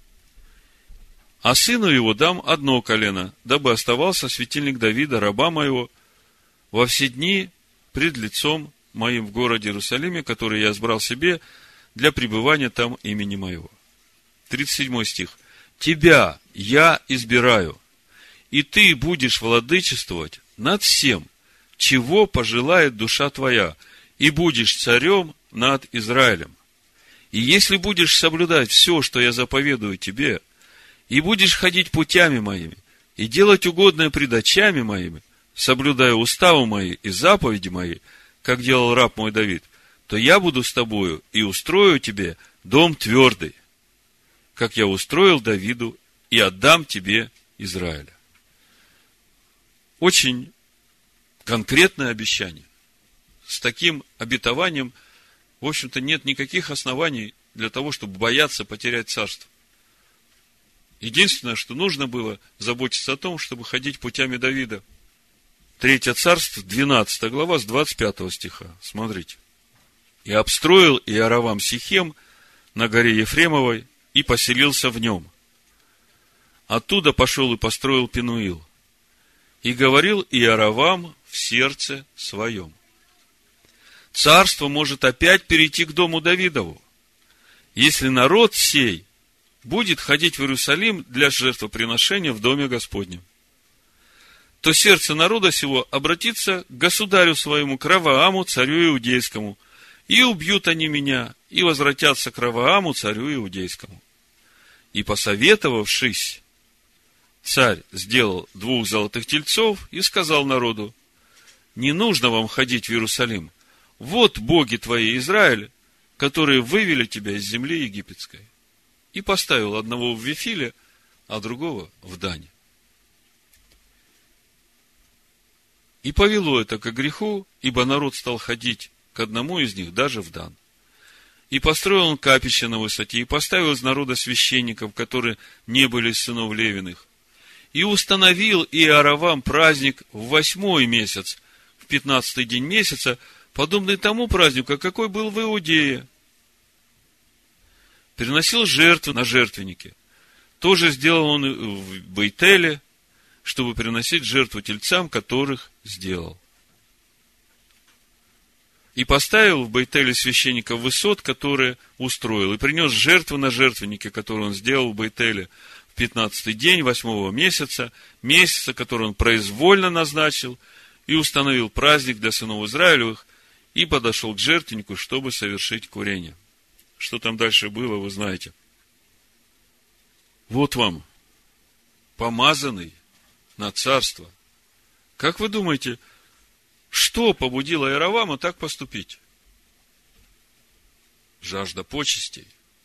А сыну его дам 1 колено, дабы оставался светильник Давида, раба моего, во все дни пред лицом моим в городе Иерусалиме, который я избрал себе для пребывания там имени моего. 37 стих. Тебя я избираю, и ты будешь владычествовать над всем, чего пожелает душа твоя, и будешь царем над Израилем. И если будешь соблюдать все, что я заповедую тебе, и будешь ходить путями моими, и делать угодное пред очами моими, соблюдая уставы мои и заповеди мои, как делал раб мой Давид, то я буду с тобою и устрою тебе дом твердый, как я устроил Давиду, и отдам тебе Израиля. Очень конкретное обещание. С таким обетованием в общем-то, нет никаких оснований для того, чтобы бояться потерять царство. Единственное, что нужно было, заботиться о том, чтобы ходить путями Давида. 3 Царств, 12 глава, с 25 стиха. Смотрите. «И обстроил Иоравам Сихем на горе Ефремовой, и поселился в нем. Оттуда пошел и построил Пенуил. И говорил Иоравам в сердце своем: царство может опять перейти к дому Давидову, если народ сей будет ходить в Иерусалим для жертвоприношения в доме Господнем. То сердце народа сего обратится к государю своему, к Равааму, царю иудейскому, и убьют они меня, и возвратятся к Равааму, царю иудейскому. И, посоветовавшись, царь сделал 2 золотых тельцов и сказал народу: не нужно вам ходить в Иерусалим. Вот боги твои, Израиль, которые вывели тебя из земли египетской. И поставил одного в Вифиле, а другого в Дане. И повело это ко греху, ибо народ стал ходить к одному из них, даже в Дан. И построил он капище на высоте, и поставил из народа священников, которые не были из сынов Левиных. И установил Иоравам праздник в 8-й месяц, в 15-й день месяца, подобный тому празднику, какой был в Иудее. Переносил жертвы на жертвеннике. Тоже сделал он в Бейтеле, чтобы приносить жертву тельцам, которых сделал. И поставил в Бейтеле священников высот, которые устроил, и принес жертву на жертвеннике, который он сделал в Бейтеле в 15-й день 8-го месяца, который он произвольно назначил, и установил праздник для сынов Израилевых, и подошел к жертвеннику, чтобы совершить курение. Что там дальше было, вы знаете. Вот вам помазанный на царство. Как вы думаете, что побудило Иоравама так поступить? Жажда почестей,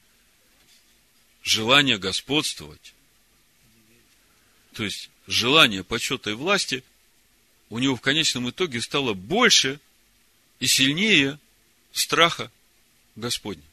желание господствовать, то есть желание почета и власти у него в конечном итоге стало больше и сильнее страха Господня.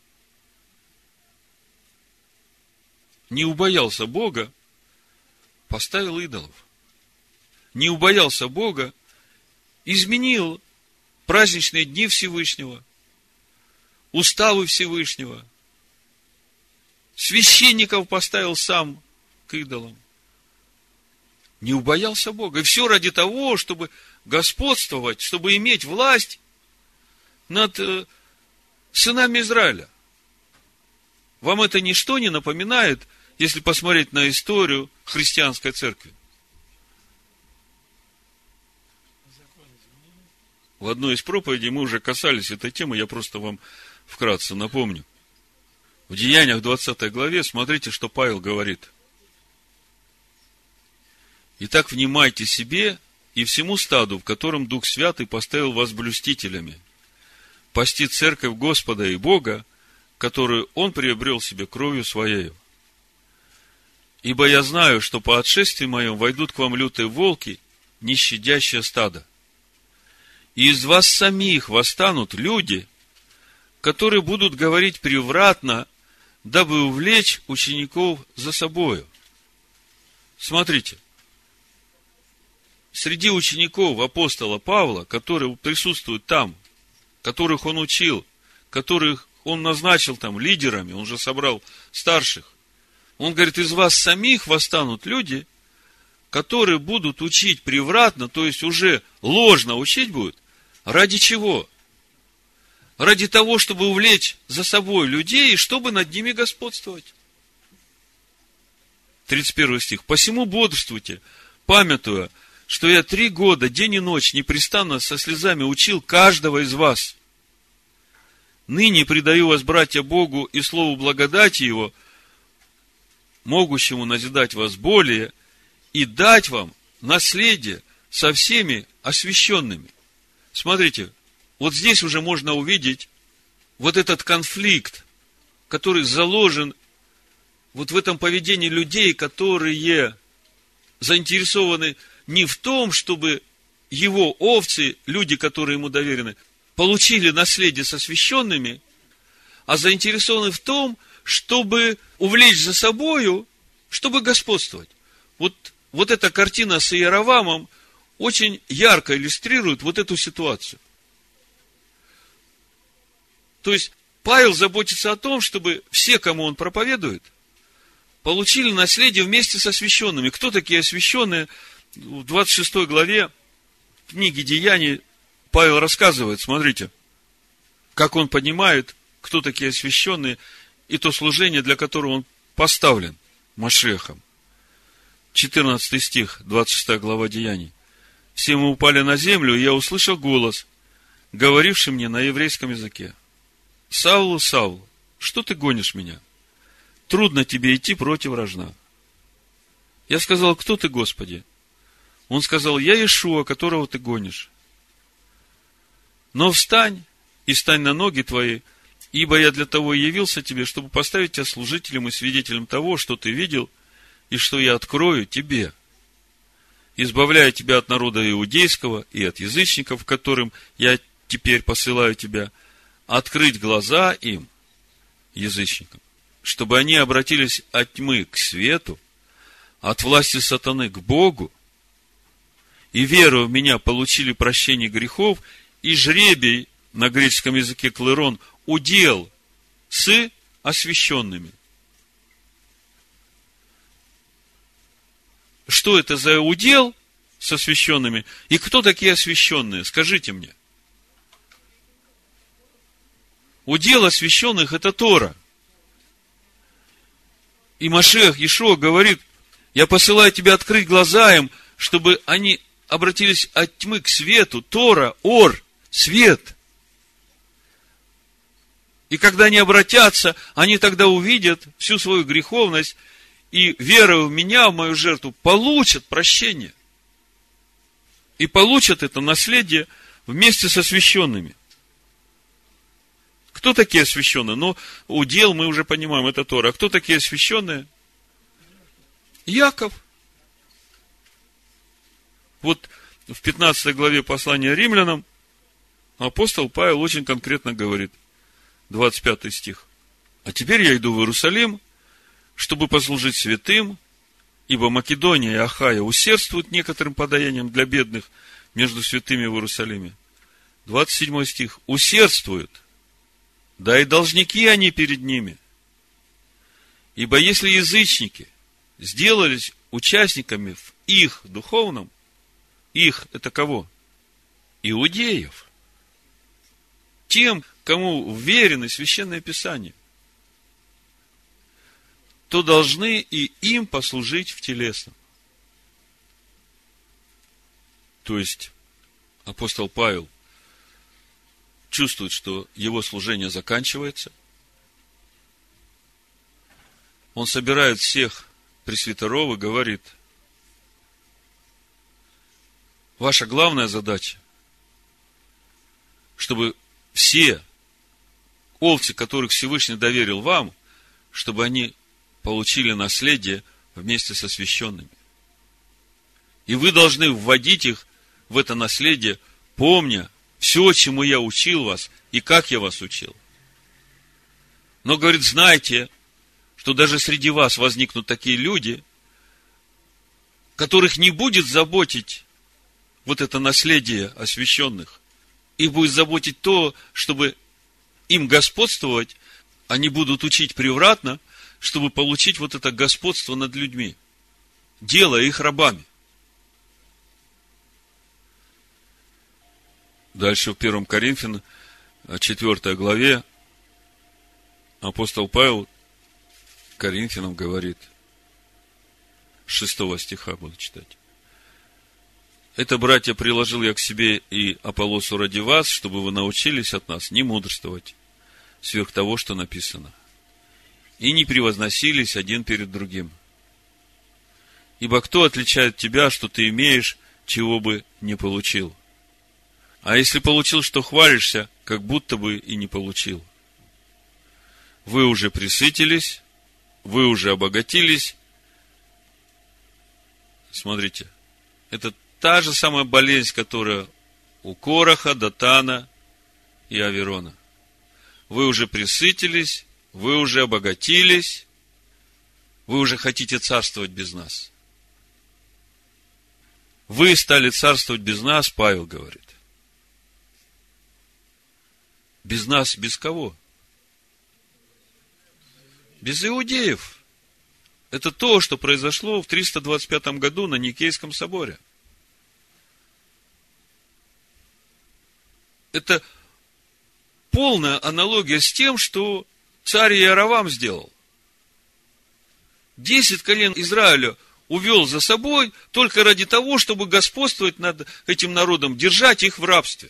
Не убоялся Бога, поставил идолов. Не убоялся Бога, изменил праздничные дни Всевышнего, уставы Всевышнего, священников поставил сам к идолам. Не убоялся Бога. И все ради того, чтобы господствовать, чтобы иметь власть над сынами Израиля. Вам это ничто не напоминает, если посмотреть на историю христианской церкви? В одной из проповедей мы уже касались этой темы, я просто вам вкратце напомню. В Деяниях 20 главе смотрите, что Павел говорит. Итак, внимайте себе и всему стаду, в котором Дух Святый поставил вас блюстителями, пасти церковь Господа и Бога, которую Он приобрел себе кровью Своею. Ибо я знаю, что по отшествии моем войдут к вам лютые волки, не щадящие стадо. И из вас самих восстанут люди, которые будут говорить превратно, дабы увлечь учеников за собою. Смотрите, среди учеников апостола Павла, которые присутствуют там, которых он учил, которых он назначил там лидерами, он же собрал старших, он говорит, из вас самих восстанут люди, которые будут учить превратно, то есть уже ложно учить будут. Ради чего? Ради того, чтобы увлечь за собой людей, и чтобы над ними господствовать. 31 стих. «Посему бодрствуйте, памятуя, что я 3 года, день и ночь, непрестанно со слезами учил каждого из вас. Ныне предаю вас, братья, Богу и слову благодати Его, могущему назидать вас более, и дать вам наследие со всеми освященными». Смотрите, вот здесь уже можно увидеть вот этот конфликт, который заложен вот в этом поведении людей, которые заинтересованы не в том, чтобы его овцы, люди, которые ему доверены, получили наследие со священными, а заинтересованы в том, чтобы увлечь за собою, чтобы господствовать. Вот эта картина с Иеровамом очень ярко иллюстрирует вот эту ситуацию. То есть, Павел заботится о том, чтобы все, кому он проповедует, получили наследие вместе со священными. Кто такие освященные? В 26 главе книги Деяний Павел рассказывает, смотрите, как он понимает, кто такие освященные, и то служение, для которого он поставлен Машиахом. 14 стих, 26 глава Деяний. «Все мы упали на землю, и я услышал голос, говоривший мне на еврейском языке: Саул, Саул, что ты гонишь меня? Трудно тебе идти против рожна. Я сказал: кто ты, Господи? Он сказал: я Иешуа, которого ты гонишь. Но встань и стань на ноги твои, ибо я для того и явился тебе, чтобы поставить тебя служителем и свидетелем того, что ты видел, и что я открою тебе, избавляя тебя от народа иудейского и от язычников, к которым я теперь посылаю тебя, открыть глаза им, язычникам, чтобы они обратились от тьмы к свету, от власти сатаны к Богу, и, веруя в меня, получили прощение грехов, и жребий, на греческом языке клерон, удел с освященными». Что это за удел с освященными? И кто такие освященные? Скажите мне. Удел освященных – это Тора. И Машиах Иешуа говорит: я посылаю тебя открыть глаза им, чтобы они обратились от тьмы к свету. Тора, ор, свет. И когда они обратятся, они тогда увидят всю свою греховность и, веруя в меня, в мою жертву, получат прощение. И получат это наследие вместе со священными. Кто такие освященные? Ну, удел мы уже понимаем, это Тора. А кто такие освященные? Яков. Вот в 15 главе послания Римлянам апостол Павел очень конкретно говорит, 25 стих: «А теперь я иду в Иерусалим, чтобы послужить святым, ибо Македония и Ахая усердствуют некоторым подаянием для бедных между святыми в Иерусалиме». 27 стих: «Усердствуют, да и должники они перед ними. Ибо если язычники сделались участниками в их духовном, их, это кого? Иудеев, тем, кому вверено Священное Писание, то должны и им послужить в телесном». То есть, апостол Павел чувствует, что его служение заканчивается. Он собирает всех пресвитеров и говорит: ваша главная задача, чтобы все овцы, которых Всевышний доверил вам, чтобы они получили наследие вместе со священными. И вы должны вводить их в это наследие, помня все, чему я учил вас и как я вас учил. Но, говорит, знайте, что даже среди вас возникнут такие люди, которых не будет заботить вот это наследие освященных. Их будет заботить то, чтобы им господствовать, они будут учить превратно, чтобы получить вот это господство над людьми, делая их рабами. Дальше в 1 Коринфянам, 4 главе, апостол Павел Коринфянам говорит, 6 стиха буду читать: «Это, братья, приложил я к себе и Аполлосу ради вас, чтобы вы научились от нас не мудрствовать сверх того, что написано, и не превозносились один перед другим. Ибо кто отличает тебя, что ты имеешь, чего бы не получил? А если получил, что хвалишься, как будто бы и не получил. Вы уже пресытились, вы уже обогатились». Смотрите, это та же самая болезнь, которая у Кораха, Датана и Аверона. Вы уже пресытились, вы уже обогатились, вы уже хотите царствовать без нас. Вы стали царствовать без нас, Павел говорит. Без нас, без кого? Без иудеев. Это то, что произошло в 325 году на Никейском соборе. Это полная аналогия с тем, что царь Иеровам сделал. 10 колен Израиля увел за собой только ради того, чтобы господствовать над этим народом, держать их в рабстве.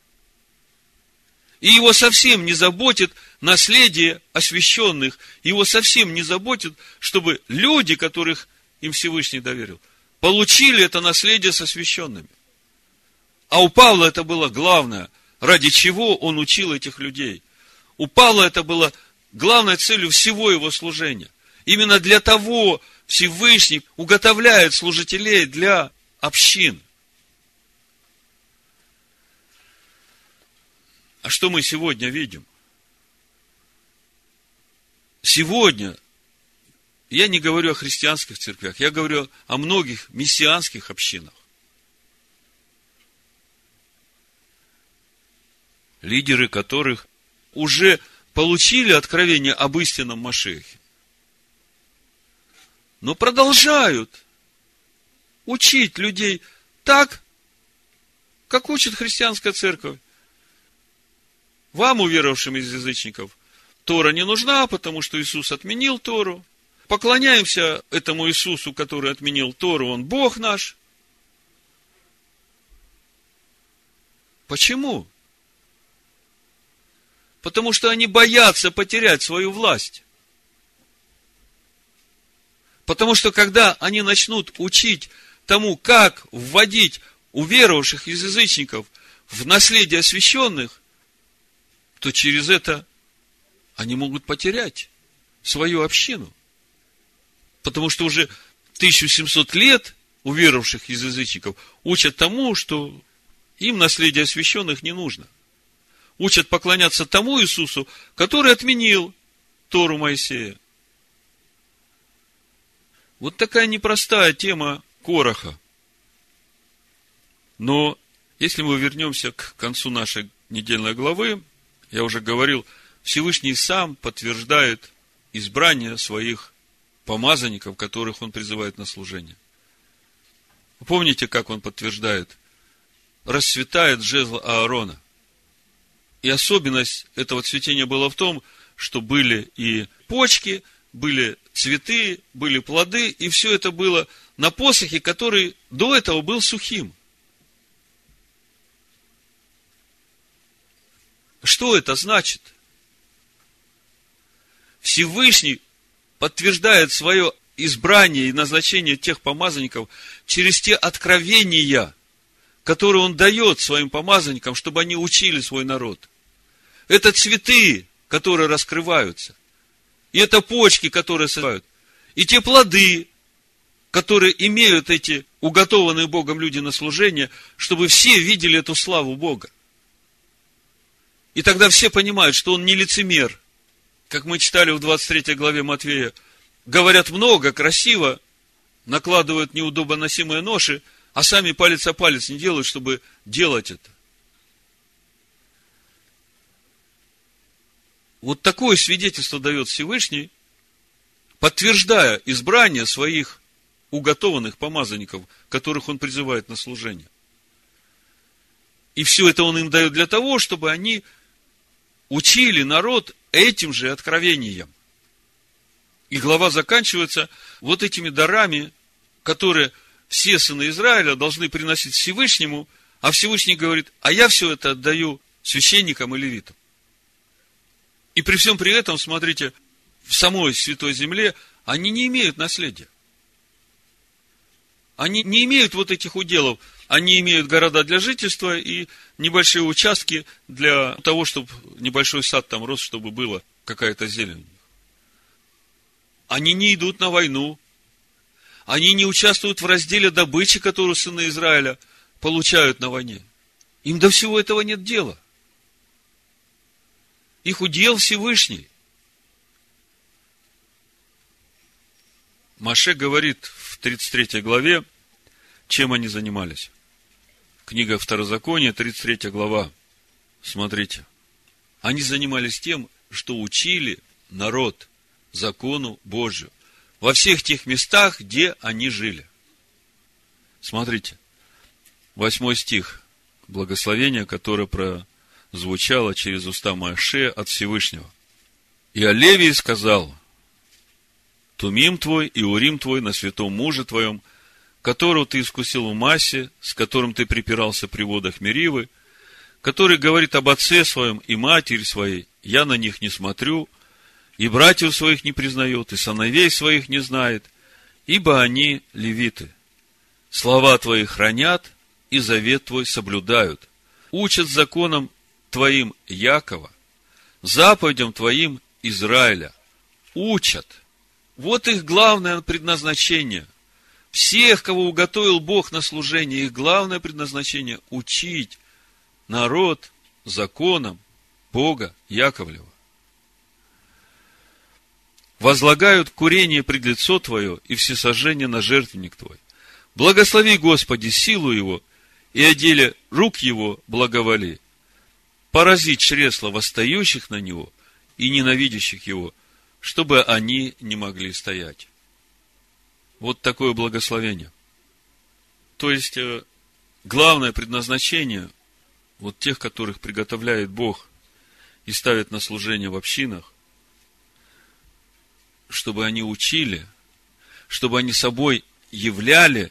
И его совсем не заботит наследие освященных. Его совсем не заботит, чтобы люди, которых им Всевышний доверил, получили это наследие с освященными. А у Павла это было главное, ради чего он учил этих людей. У Павла это было главной целью всего его служения. Именно для того Всевышний уготовляет служителей для общин. А что мы сегодня видим? Сегодня, я не говорю о христианских церквях, я говорю о многих мессианских общинах. Лидеры которых уже получили откровение об истинном Машиахе, но продолжают учить людей так, как учит христианская церковь. Вам, уверовавшим из язычников, Тора не нужна, потому что Иисус отменил Тору. Поклоняемся этому Иисусу, который отменил Тору, Он Бог наш. Почему? Потому что они боятся потерять свою власть. Потому что когда они начнут учить тому, как вводить уверовавших из язычников в наследие освященных, то через это они могут потерять свою общину. Потому что уже 1700 лет уверовавших из язычников учат тому, что им наследие освященных не нужно. Учат поклоняться тому Иисусу, который отменил Тору Моисея. Вот такая непростая тема Кораха. Но если мы вернемся к концу нашей недельной главы, я уже говорил, Всевышний сам подтверждает избрание своих помазанников, которых он призывает на служение. Вы помните, как он подтверждает? Расцветает жезл Аарона. И особенность этого цветения была в том, что были и почки, были цветы, были плоды, и все это было на посохе, который до этого был сухим. Что это значит? Всевышний подтверждает свое избрание и назначение тех помазанников через те откровения, которые он дает своим помазанникам, чтобы они учили свой народ. Это цветы, которые раскрываются. И это почки, которые срывают. И те плоды, которые имеют эти уготованные Богом люди на служение, чтобы все видели эту славу Бога. И тогда все понимают, что он не лицемер. Как мы читали в 23 главе Матфея, говорят много, красиво, накладывают неудобоносимые ноши, а сами палец о палец не делают, чтобы делать это. Вот такое свидетельство дает Всевышний, подтверждая избрание своих уготованных помазанников, которых он призывает на служение. И все это он им дает для того, чтобы они учили народ этим же откровением. И глава заканчивается вот этими дарами, которые все сыны Израиля должны приносить Всевышнему, а Всевышний говорит, а я все это отдаю священникам и левитам. И при всем при этом, смотрите, в самой Святой Земле они не имеют наследия. Они не имеют вот этих уделов. Они имеют города для жительства и небольшие участки для того, чтобы небольшой сад там рос, чтобы была какая-то зелень. Они не идут на войну. Они не участвуют в разделе добычи, которую сыны Израиля получают на войне. Им до всего этого нет дела. Их удел Всевышний. Моше говорит в 33 главе, чем они занимались. Книга Второзакония, 33 глава. Смотрите. Они занимались тем, что учили народ закону Божию во всех тех местах, где они жили. Смотрите. 8 стих. Благословение, которое прозвучало через уста Моше от Всевышнего. И о Левии сказал: Тумим твой и Урим твой на святом муже твоем, которого ты искусил в Массе, с которым ты припирался при водах Меривы, который говорит об отце своем и матери своей, я на них не смотрю, и братьев своих не признает, и сыновей своих не знает, ибо они левиты. Слова твои хранят, и завет твой соблюдают, учат законам твоим Якова, заповедям твоим Израиля, учат. Вот их главное предназначение. Всех, кого уготовил Бог на служение, их главное предназначение – учить народ законам Бога Яковлева. Возлагают курение пред лицо твое и всесожжение на жертвенник твой. Благослови, Господи, силу его, и о деле рук его благоволи. Порази чресла восстающих на него и ненавидящих его, чтобы они не могли стоять. Вот такое благословение. То есть, главное предназначение вот тех, которых приготовляет Бог и ставит на служение в общинах, чтобы они учили, чтобы они собой являли,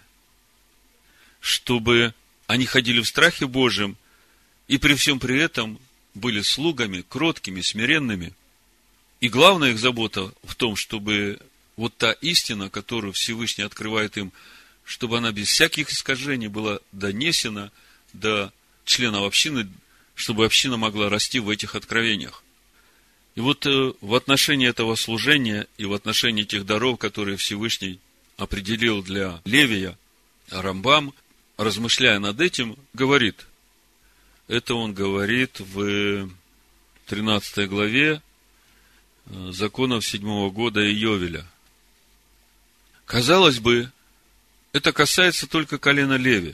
чтобы они ходили в страхе Божьем и при всем при этом были слугами, кроткими, смиренными. И главная их забота в том, чтобы вот та истина, которую Всевышний открывает им, чтобы она без всяких искажений была донесена до членов общины, чтобы община могла расти в этих откровениях. И вот в отношении этого служения и в отношении тех даров, которые Всевышний определил для Левия, Рамбам, размышляя над этим, говорит, это он говорит в 13 главе законов 7 года Иовеля. Казалось бы, это касается только колена Леви.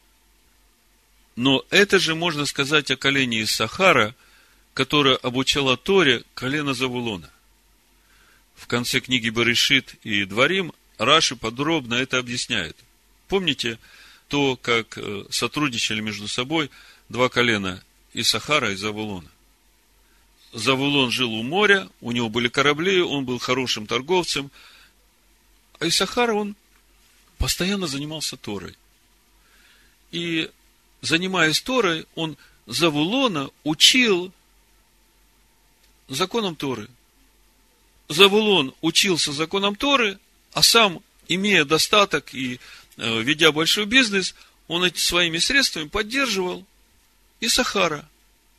Но это же можно сказать о колене Иссахара, которое обучало Торе колено Завулона. В конце книги Берешит и Дворим Раши подробно это объясняет. Помните то, как сотрудничали между собой два колена Иссахара и Завулона? Завулон жил у моря, у него были корабли, он был хорошим торговцем, а Иссахар, он постоянно занимался Торой. И, занимаясь Торой, он Завулона учил законам Торы. Завулон учился законам Торы, а сам, имея достаток и ведя большой бизнес, он эти своими средствами поддерживал Иссахара.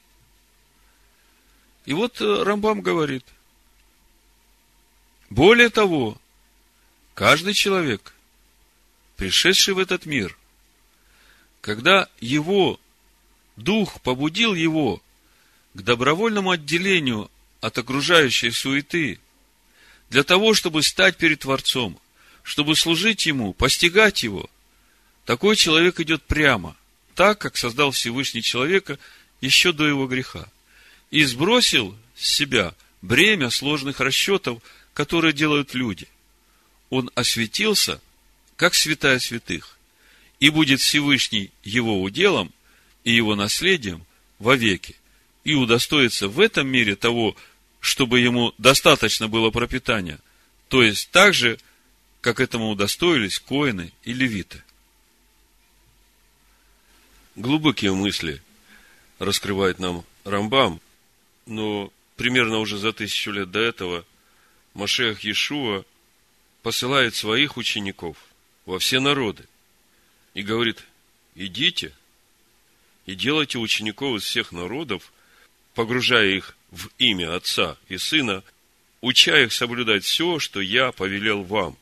И вот Рамбам говорит, более того, каждый человек, пришедший в этот мир, когда его дух побудил его к добровольному отделению от окружающей суеты, для того, чтобы стать перед Творцом, чтобы служить Ему, постигать Его, такой человек идет прямо, так, как создал Всевышний человека еще до его греха, и сбросил с себя бремя сложных расчетов, которые делают люди. Он осветился, как святая святых, и будет Всевышний его уделом и его наследием вовеки, и удостоится в этом мире того, чтобы ему достаточно было пропитания, то есть так же, как этому удостоились коэны и левиты. Глубокие мысли раскрывает нам Рамбам, но примерно уже за 1000 лет до этого Машиах Иешуа посылает своих учеников во все народы и говорит, идите и делайте учеников из всех народов, погружая их в имя Отца и Сына, уча их соблюдать все, что я повелел вам.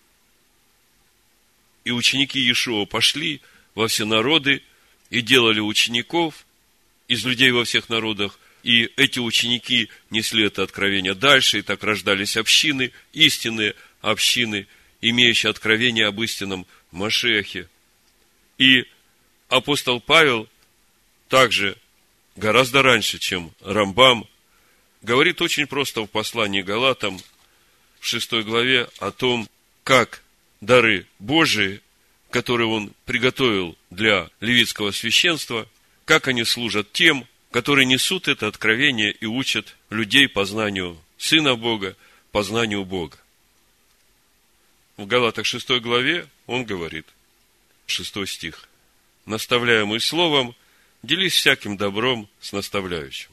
И ученики Иешуа пошли во все народы и делали учеников из людей во всех народах, И эти ученики несли это откровение дальше, и так рождались общины, истинные общины, имеющие откровение об истинном Машиахе. И апостол Павел также гораздо раньше, чем Рамбам, говорит очень просто в послании Галатам, в 6 главе, о том, как дары Божии, которые он приготовил для левитского священства, как они служат тем, которые несут это откровение и учат людей познанию Сына Бога, познанию Бога. В Галатах 6 главе он говорит, 6 стих: «Наставляемый словом, делись всяким добром с наставляющим».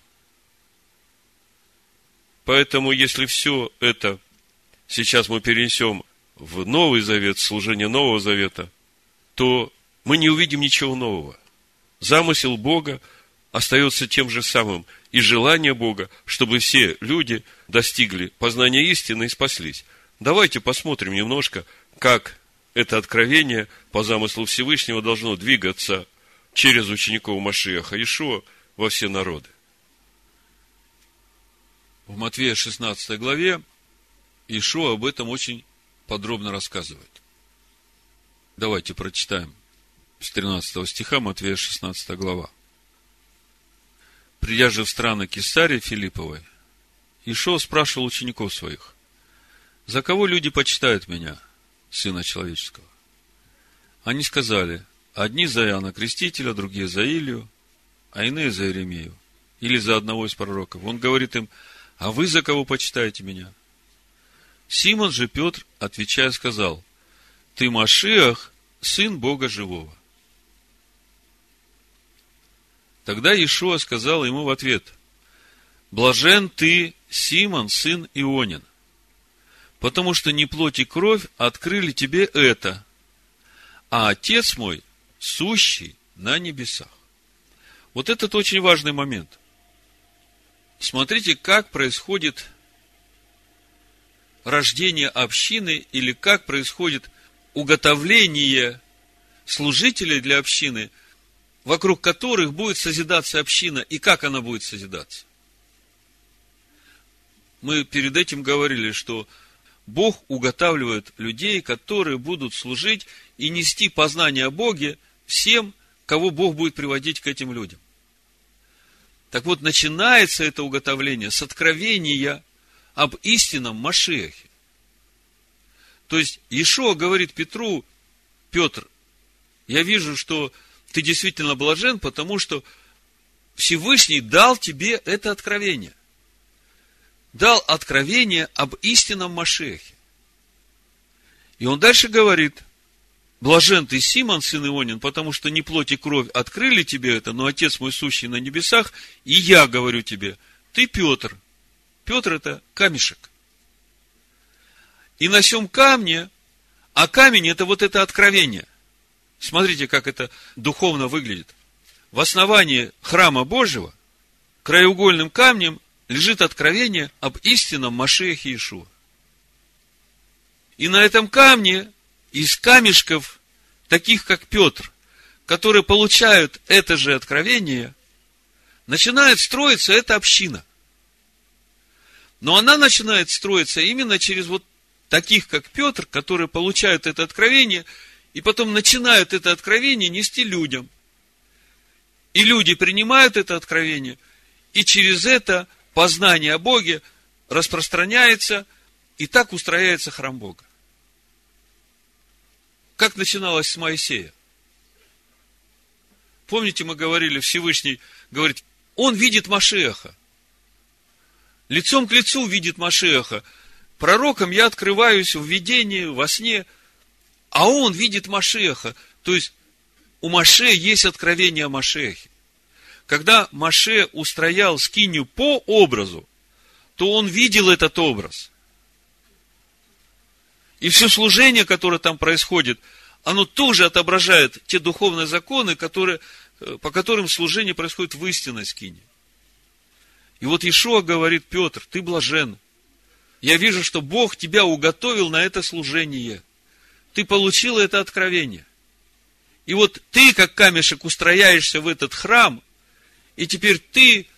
Поэтому, если все это сейчас мы перенесем в Новый Завет, служение Нового Завета, то мы не увидим ничего нового. Замысел Бога остается тем же самым, и желание Бога, чтобы все люди достигли познания истины и спаслись. Давайте посмотрим немножко, как это откровение по замыслу Всевышнего должно двигаться через учеников Машиаха Иешуа во все народы. В Матфея 16 главе Иешуа об этом очень подробно рассказывает. Давайте прочитаем с 13 стиха, Матфея 16 глава. «Придя же в страны Кесарии Филипповой, Иешуа спрашивал учеников своих: за кого люди почитают меня, Сына Человеческого? Они сказали: одни за Иоанна Крестителя, другие за Илию, а иные за Иеремию, или за одного из пророков. Он говорит им: а вы за кого почитаете меня? Симон же Петр, отвечая, сказал: ты Машиах, Сын Бога Живого. Тогда Иешуа сказал ему в ответ: блажен ты, Симон, сын Ионин, потому что не плоть и кровь открыли тебе это, а Отец мой, сущий на небесах. Вот этот очень важный момент. Смотрите, как происходит рождение общины, или как происходит уготовление служителей для общины, вокруг которых будет созидаться община, и как она будет созидаться. Мы перед этим говорили, что Бог уготавливает людей, которые будут служить и нести познание о Боге всем, кого Бог будет приводить к этим людям. Так вот, начинается это уготовление с откровения об истинном Машиахе. То есть, Иешуа говорит Петру: Петр, я вижу, что ты действительно блажен, потому что Всевышний дал тебе это откровение. Дал откровение об истинном Машиахе. И он дальше говорит: блажен ты, Симон, сын Ионин, потому что не плоть и кровь открыли тебе это, но Отец мой сущий на небесах, и я говорю тебе, ты Петр. Петр – это камешек. И на сем камне, а камень – это вот это откровение. Смотрите, как это духовно выглядит. В основании храма Божьего краеугольным камнем лежит откровение об истинном Машиахе Иешуа. И на этом камне из камешков, таких как Петр, которые получают это же откровение, начинает строиться эта община. Но она начинает строиться именно через вот таких, как Петр, которые получают это откровение, и потом начинают это откровение нести людям. И люди принимают это откровение, и через это познание о Боге распространяется, и так устрояется храм Бога. Как начиналось с Моисея? Помните, мы говорили, Всевышний говорит, он видит Машиаха. Лицом к лицу видит Машиаха. Пророком я открываюсь в видении, во сне, а он видит Машиаха. То есть, у Моше есть откровение о Машиахе. Когда Моше устроял скинию по образу, то он видел этот образ. И все служение, которое там происходит, оно тоже отображает те духовные законы, по которым служение происходит в истинной скинии. И вот Иешуа говорит: Петр, ты блажен. Я вижу, что Бог тебя уготовил на это служение. Ты получил это откровение. И вот ты, как камешек, устрояешься в этот храм, и теперь ты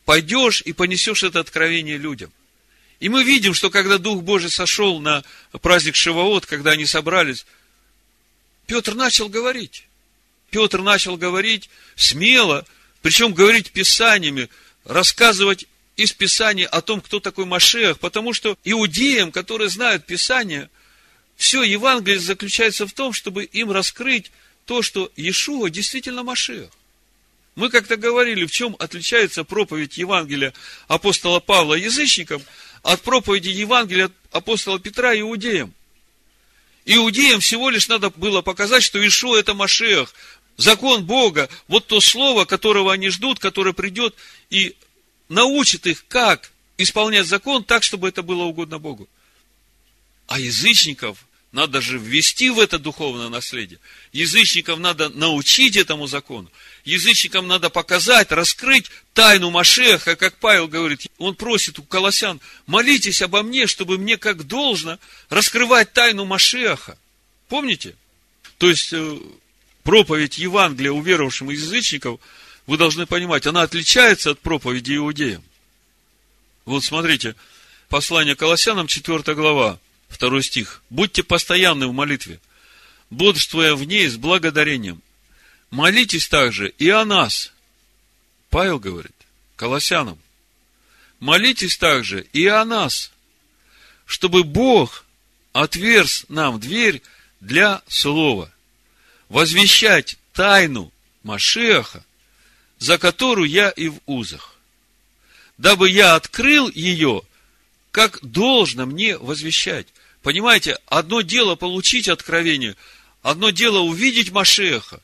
пойдешь и понесешь это откровение людям. И мы видим, что когда Дух Божий сошел на праздник Шивоот, когда они собрались, Петр начал говорить. Петр начал говорить смело, причем говорить Писаниями, рассказывать из Писания о том, кто такой Машиах, потому что иудеям, которые знают Писание, все Евангелие заключается в том, чтобы им раскрыть то, что Иешуа действительно Машиах. Мы как-то говорили, в чем отличается проповедь Евангелия апостола Павла язычникам от проповеди Евангелия апостола Петра иудеям. Иудеям всего лишь надо было показать, что Иешуа это Машиах, закон Бога, вот то слово, которого они ждут, которое придет и научит их, как исполнять закон так, чтобы это было угодно Богу. А язычников надо же ввести в это духовное наследие. Язычникам надо научить этому закону. Язычникам надо показать, раскрыть тайну Машиаха, как Павел говорит. Он просит у колоссян: молитесь обо мне, чтобы мне как должно раскрывать тайну Машиаха. Помните? То есть, проповедь Евангелия уверовавшим язычников, вы должны понимать, она отличается от проповеди иудеям. Вот смотрите, послание Колоссянам, 4 глава, 2 стих. Будьте постоянны в молитве, бодрствуя в ней с благодарением. Молитесь также и о нас. Павел говорит Колоссянам: молитесь также и о нас, чтобы Бог отверз нам дверь для слова, возвещать тайну Машиаха, за которую я и в узах, дабы я открыл ее, как должно мне возвещать. Понимаете, одно дело получить откровение, одно дело увидеть Машиаха,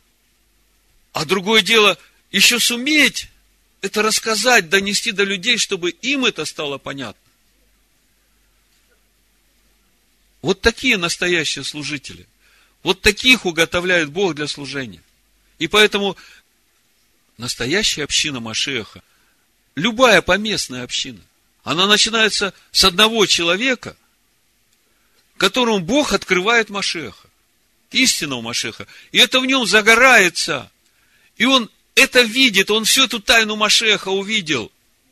а другое дело еще суметь это рассказать, донести до людей, чтобы им это стало понятно. Вот такие настоящие служители. Вот таких уготовляет Бог для служения. И поэтому настоящая община Машиаха, любая поместная община, она начинается с одного человека, которому Бог открывает Машиаха, истинного Машиаха. И это в нем загорается. И он это видит, он всю эту тайну Машиаха увидел.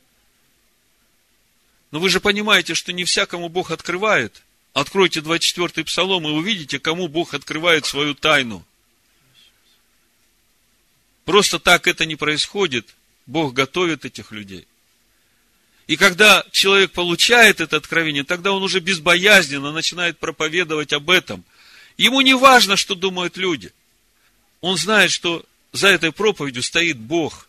Но вы же понимаете, что не всякому Бог открывает. Откройте 24-й Псалом и увидите, кому Бог открывает свою тайну. Просто так это не происходит. Бог готовит этих людей. И когда человек получает это откровение, тогда он уже безбоязненно начинает проповедовать об этом. Ему не важно, что думают люди. Он знает, что за этой проповедью стоит Бог.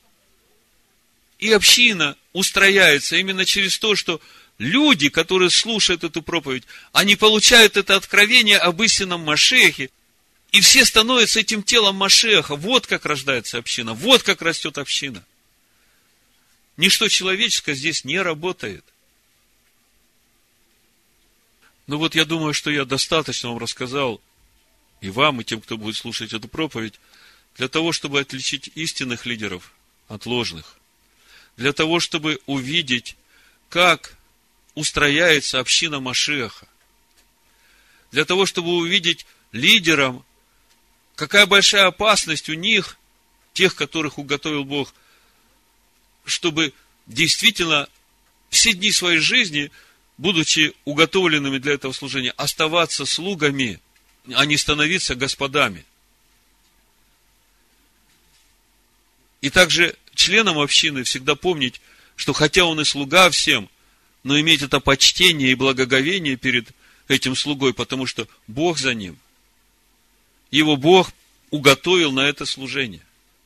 И община устрояется именно через то, что люди, которые слушают эту проповедь, они получают это откровение об истинном Машиахе, и все становятся этим телом Машиаха. Вот как рождается община, вот как растет община. Ничто человеческое здесь не работает. Ну вот я думаю, что я достаточно вам рассказал, и вам, и тем, кто будет слушать эту проповедь, для того, чтобы отличить истинных лидеров от ложных. Для того, чтобы увидеть, как устрояется община Машиаха. Для того, чтобы увидеть лидерам, какая большая опасность у них, тех, которых уготовил Бог, чтобы действительно все дни своей жизни, будучи уготовленными для этого служения, оставаться слугами, а не становиться господами. И также членам общины всегда помнить, что хотя он и слуга всем, но иметь это почтение и благоговение перед этим слугой, потому что Бог за ним. Его Бог уготовил на это служение.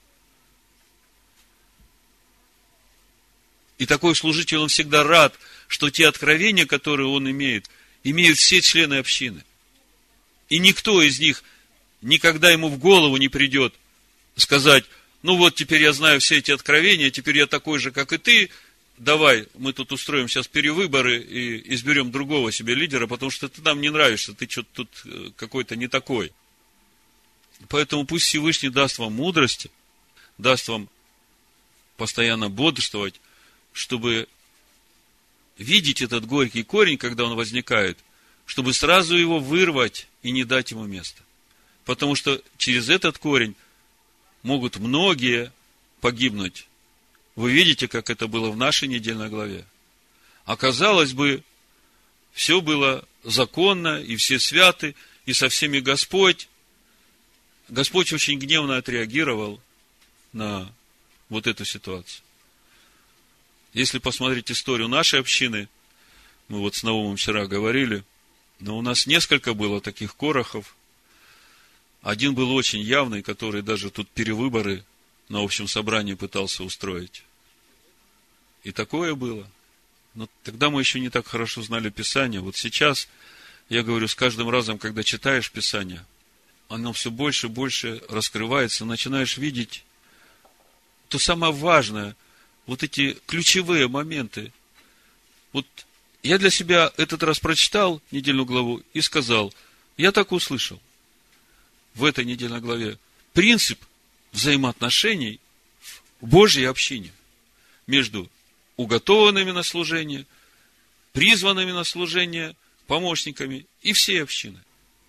И такой служитель, он всегда рад, что те откровения, которые он имеют, имеют все члены общины. И никто из них никогда ему в голову не придет сказать: ну вот, теперь я знаю все эти откровения, теперь я такой же, как и ты, давай, мы тут устроим сейчас перевыборы и изберем другого себе лидера, потому что ты нам не нравишься, ты что-то тут какой-то не такой. Поэтому пусть Всевышний даст вам мудрости, даст вам постоянно бодрствовать, чтобы видеть этот горький корень, когда он возникает, чтобы сразу его вырвать и не дать ему места. Потому что через этот корень могут многие погибнуть Вы видите, как это было в нашей недельной главе. А казалось бы, все было законно, и все святы, и со всеми Господь. Господь очень гневно отреагировал на вот эту ситуацию. Если посмотреть историю нашей общины, мы вот с Наумом вчера говорили, но у нас несколько было таких корохов. Один был очень явный, который даже тут перевыборы на общем собрании пытался устроить. И такое было. Но тогда мы еще не так хорошо знали Писание. Вот сейчас, я говорю, с каждым разом, когда читаешь Писание, оно все больше и больше раскрывается, начинаешь видеть то самое важное, вот эти ключевые моменты. Вот я для себя этот раз прочитал недельную главу и сказал, я так услышал в этой недельной главе принцип взаимоотношений в Божьей общине между уготованными на служение, призванными на служение, помощниками и всей общины.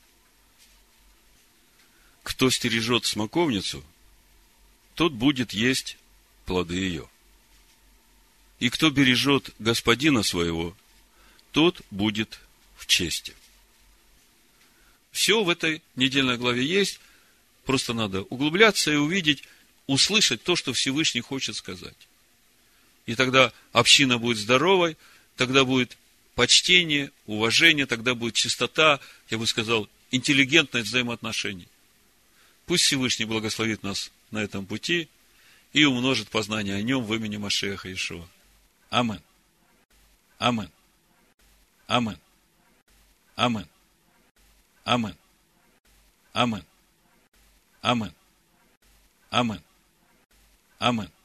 Кто стережет смоковницу, тот будет есть плоды ее. И кто бережет господина своего, тот будет в чести. Все в этой недельной главе есть. Просто надо углубляться и увидеть, услышать то, что Всевышний хочет сказать. И тогда община будет здоровой, тогда будет почтение, уважение, тогда будет чистота, я бы сказал, интеллигентность взаимоотношений. Пусть Всевышний благословит нас на этом пути и умножит познание о нем в имени Машиаха Иешуа. Амин. Амин. Амин. Амин. Амин. Амин. Амин. Амин. Амин.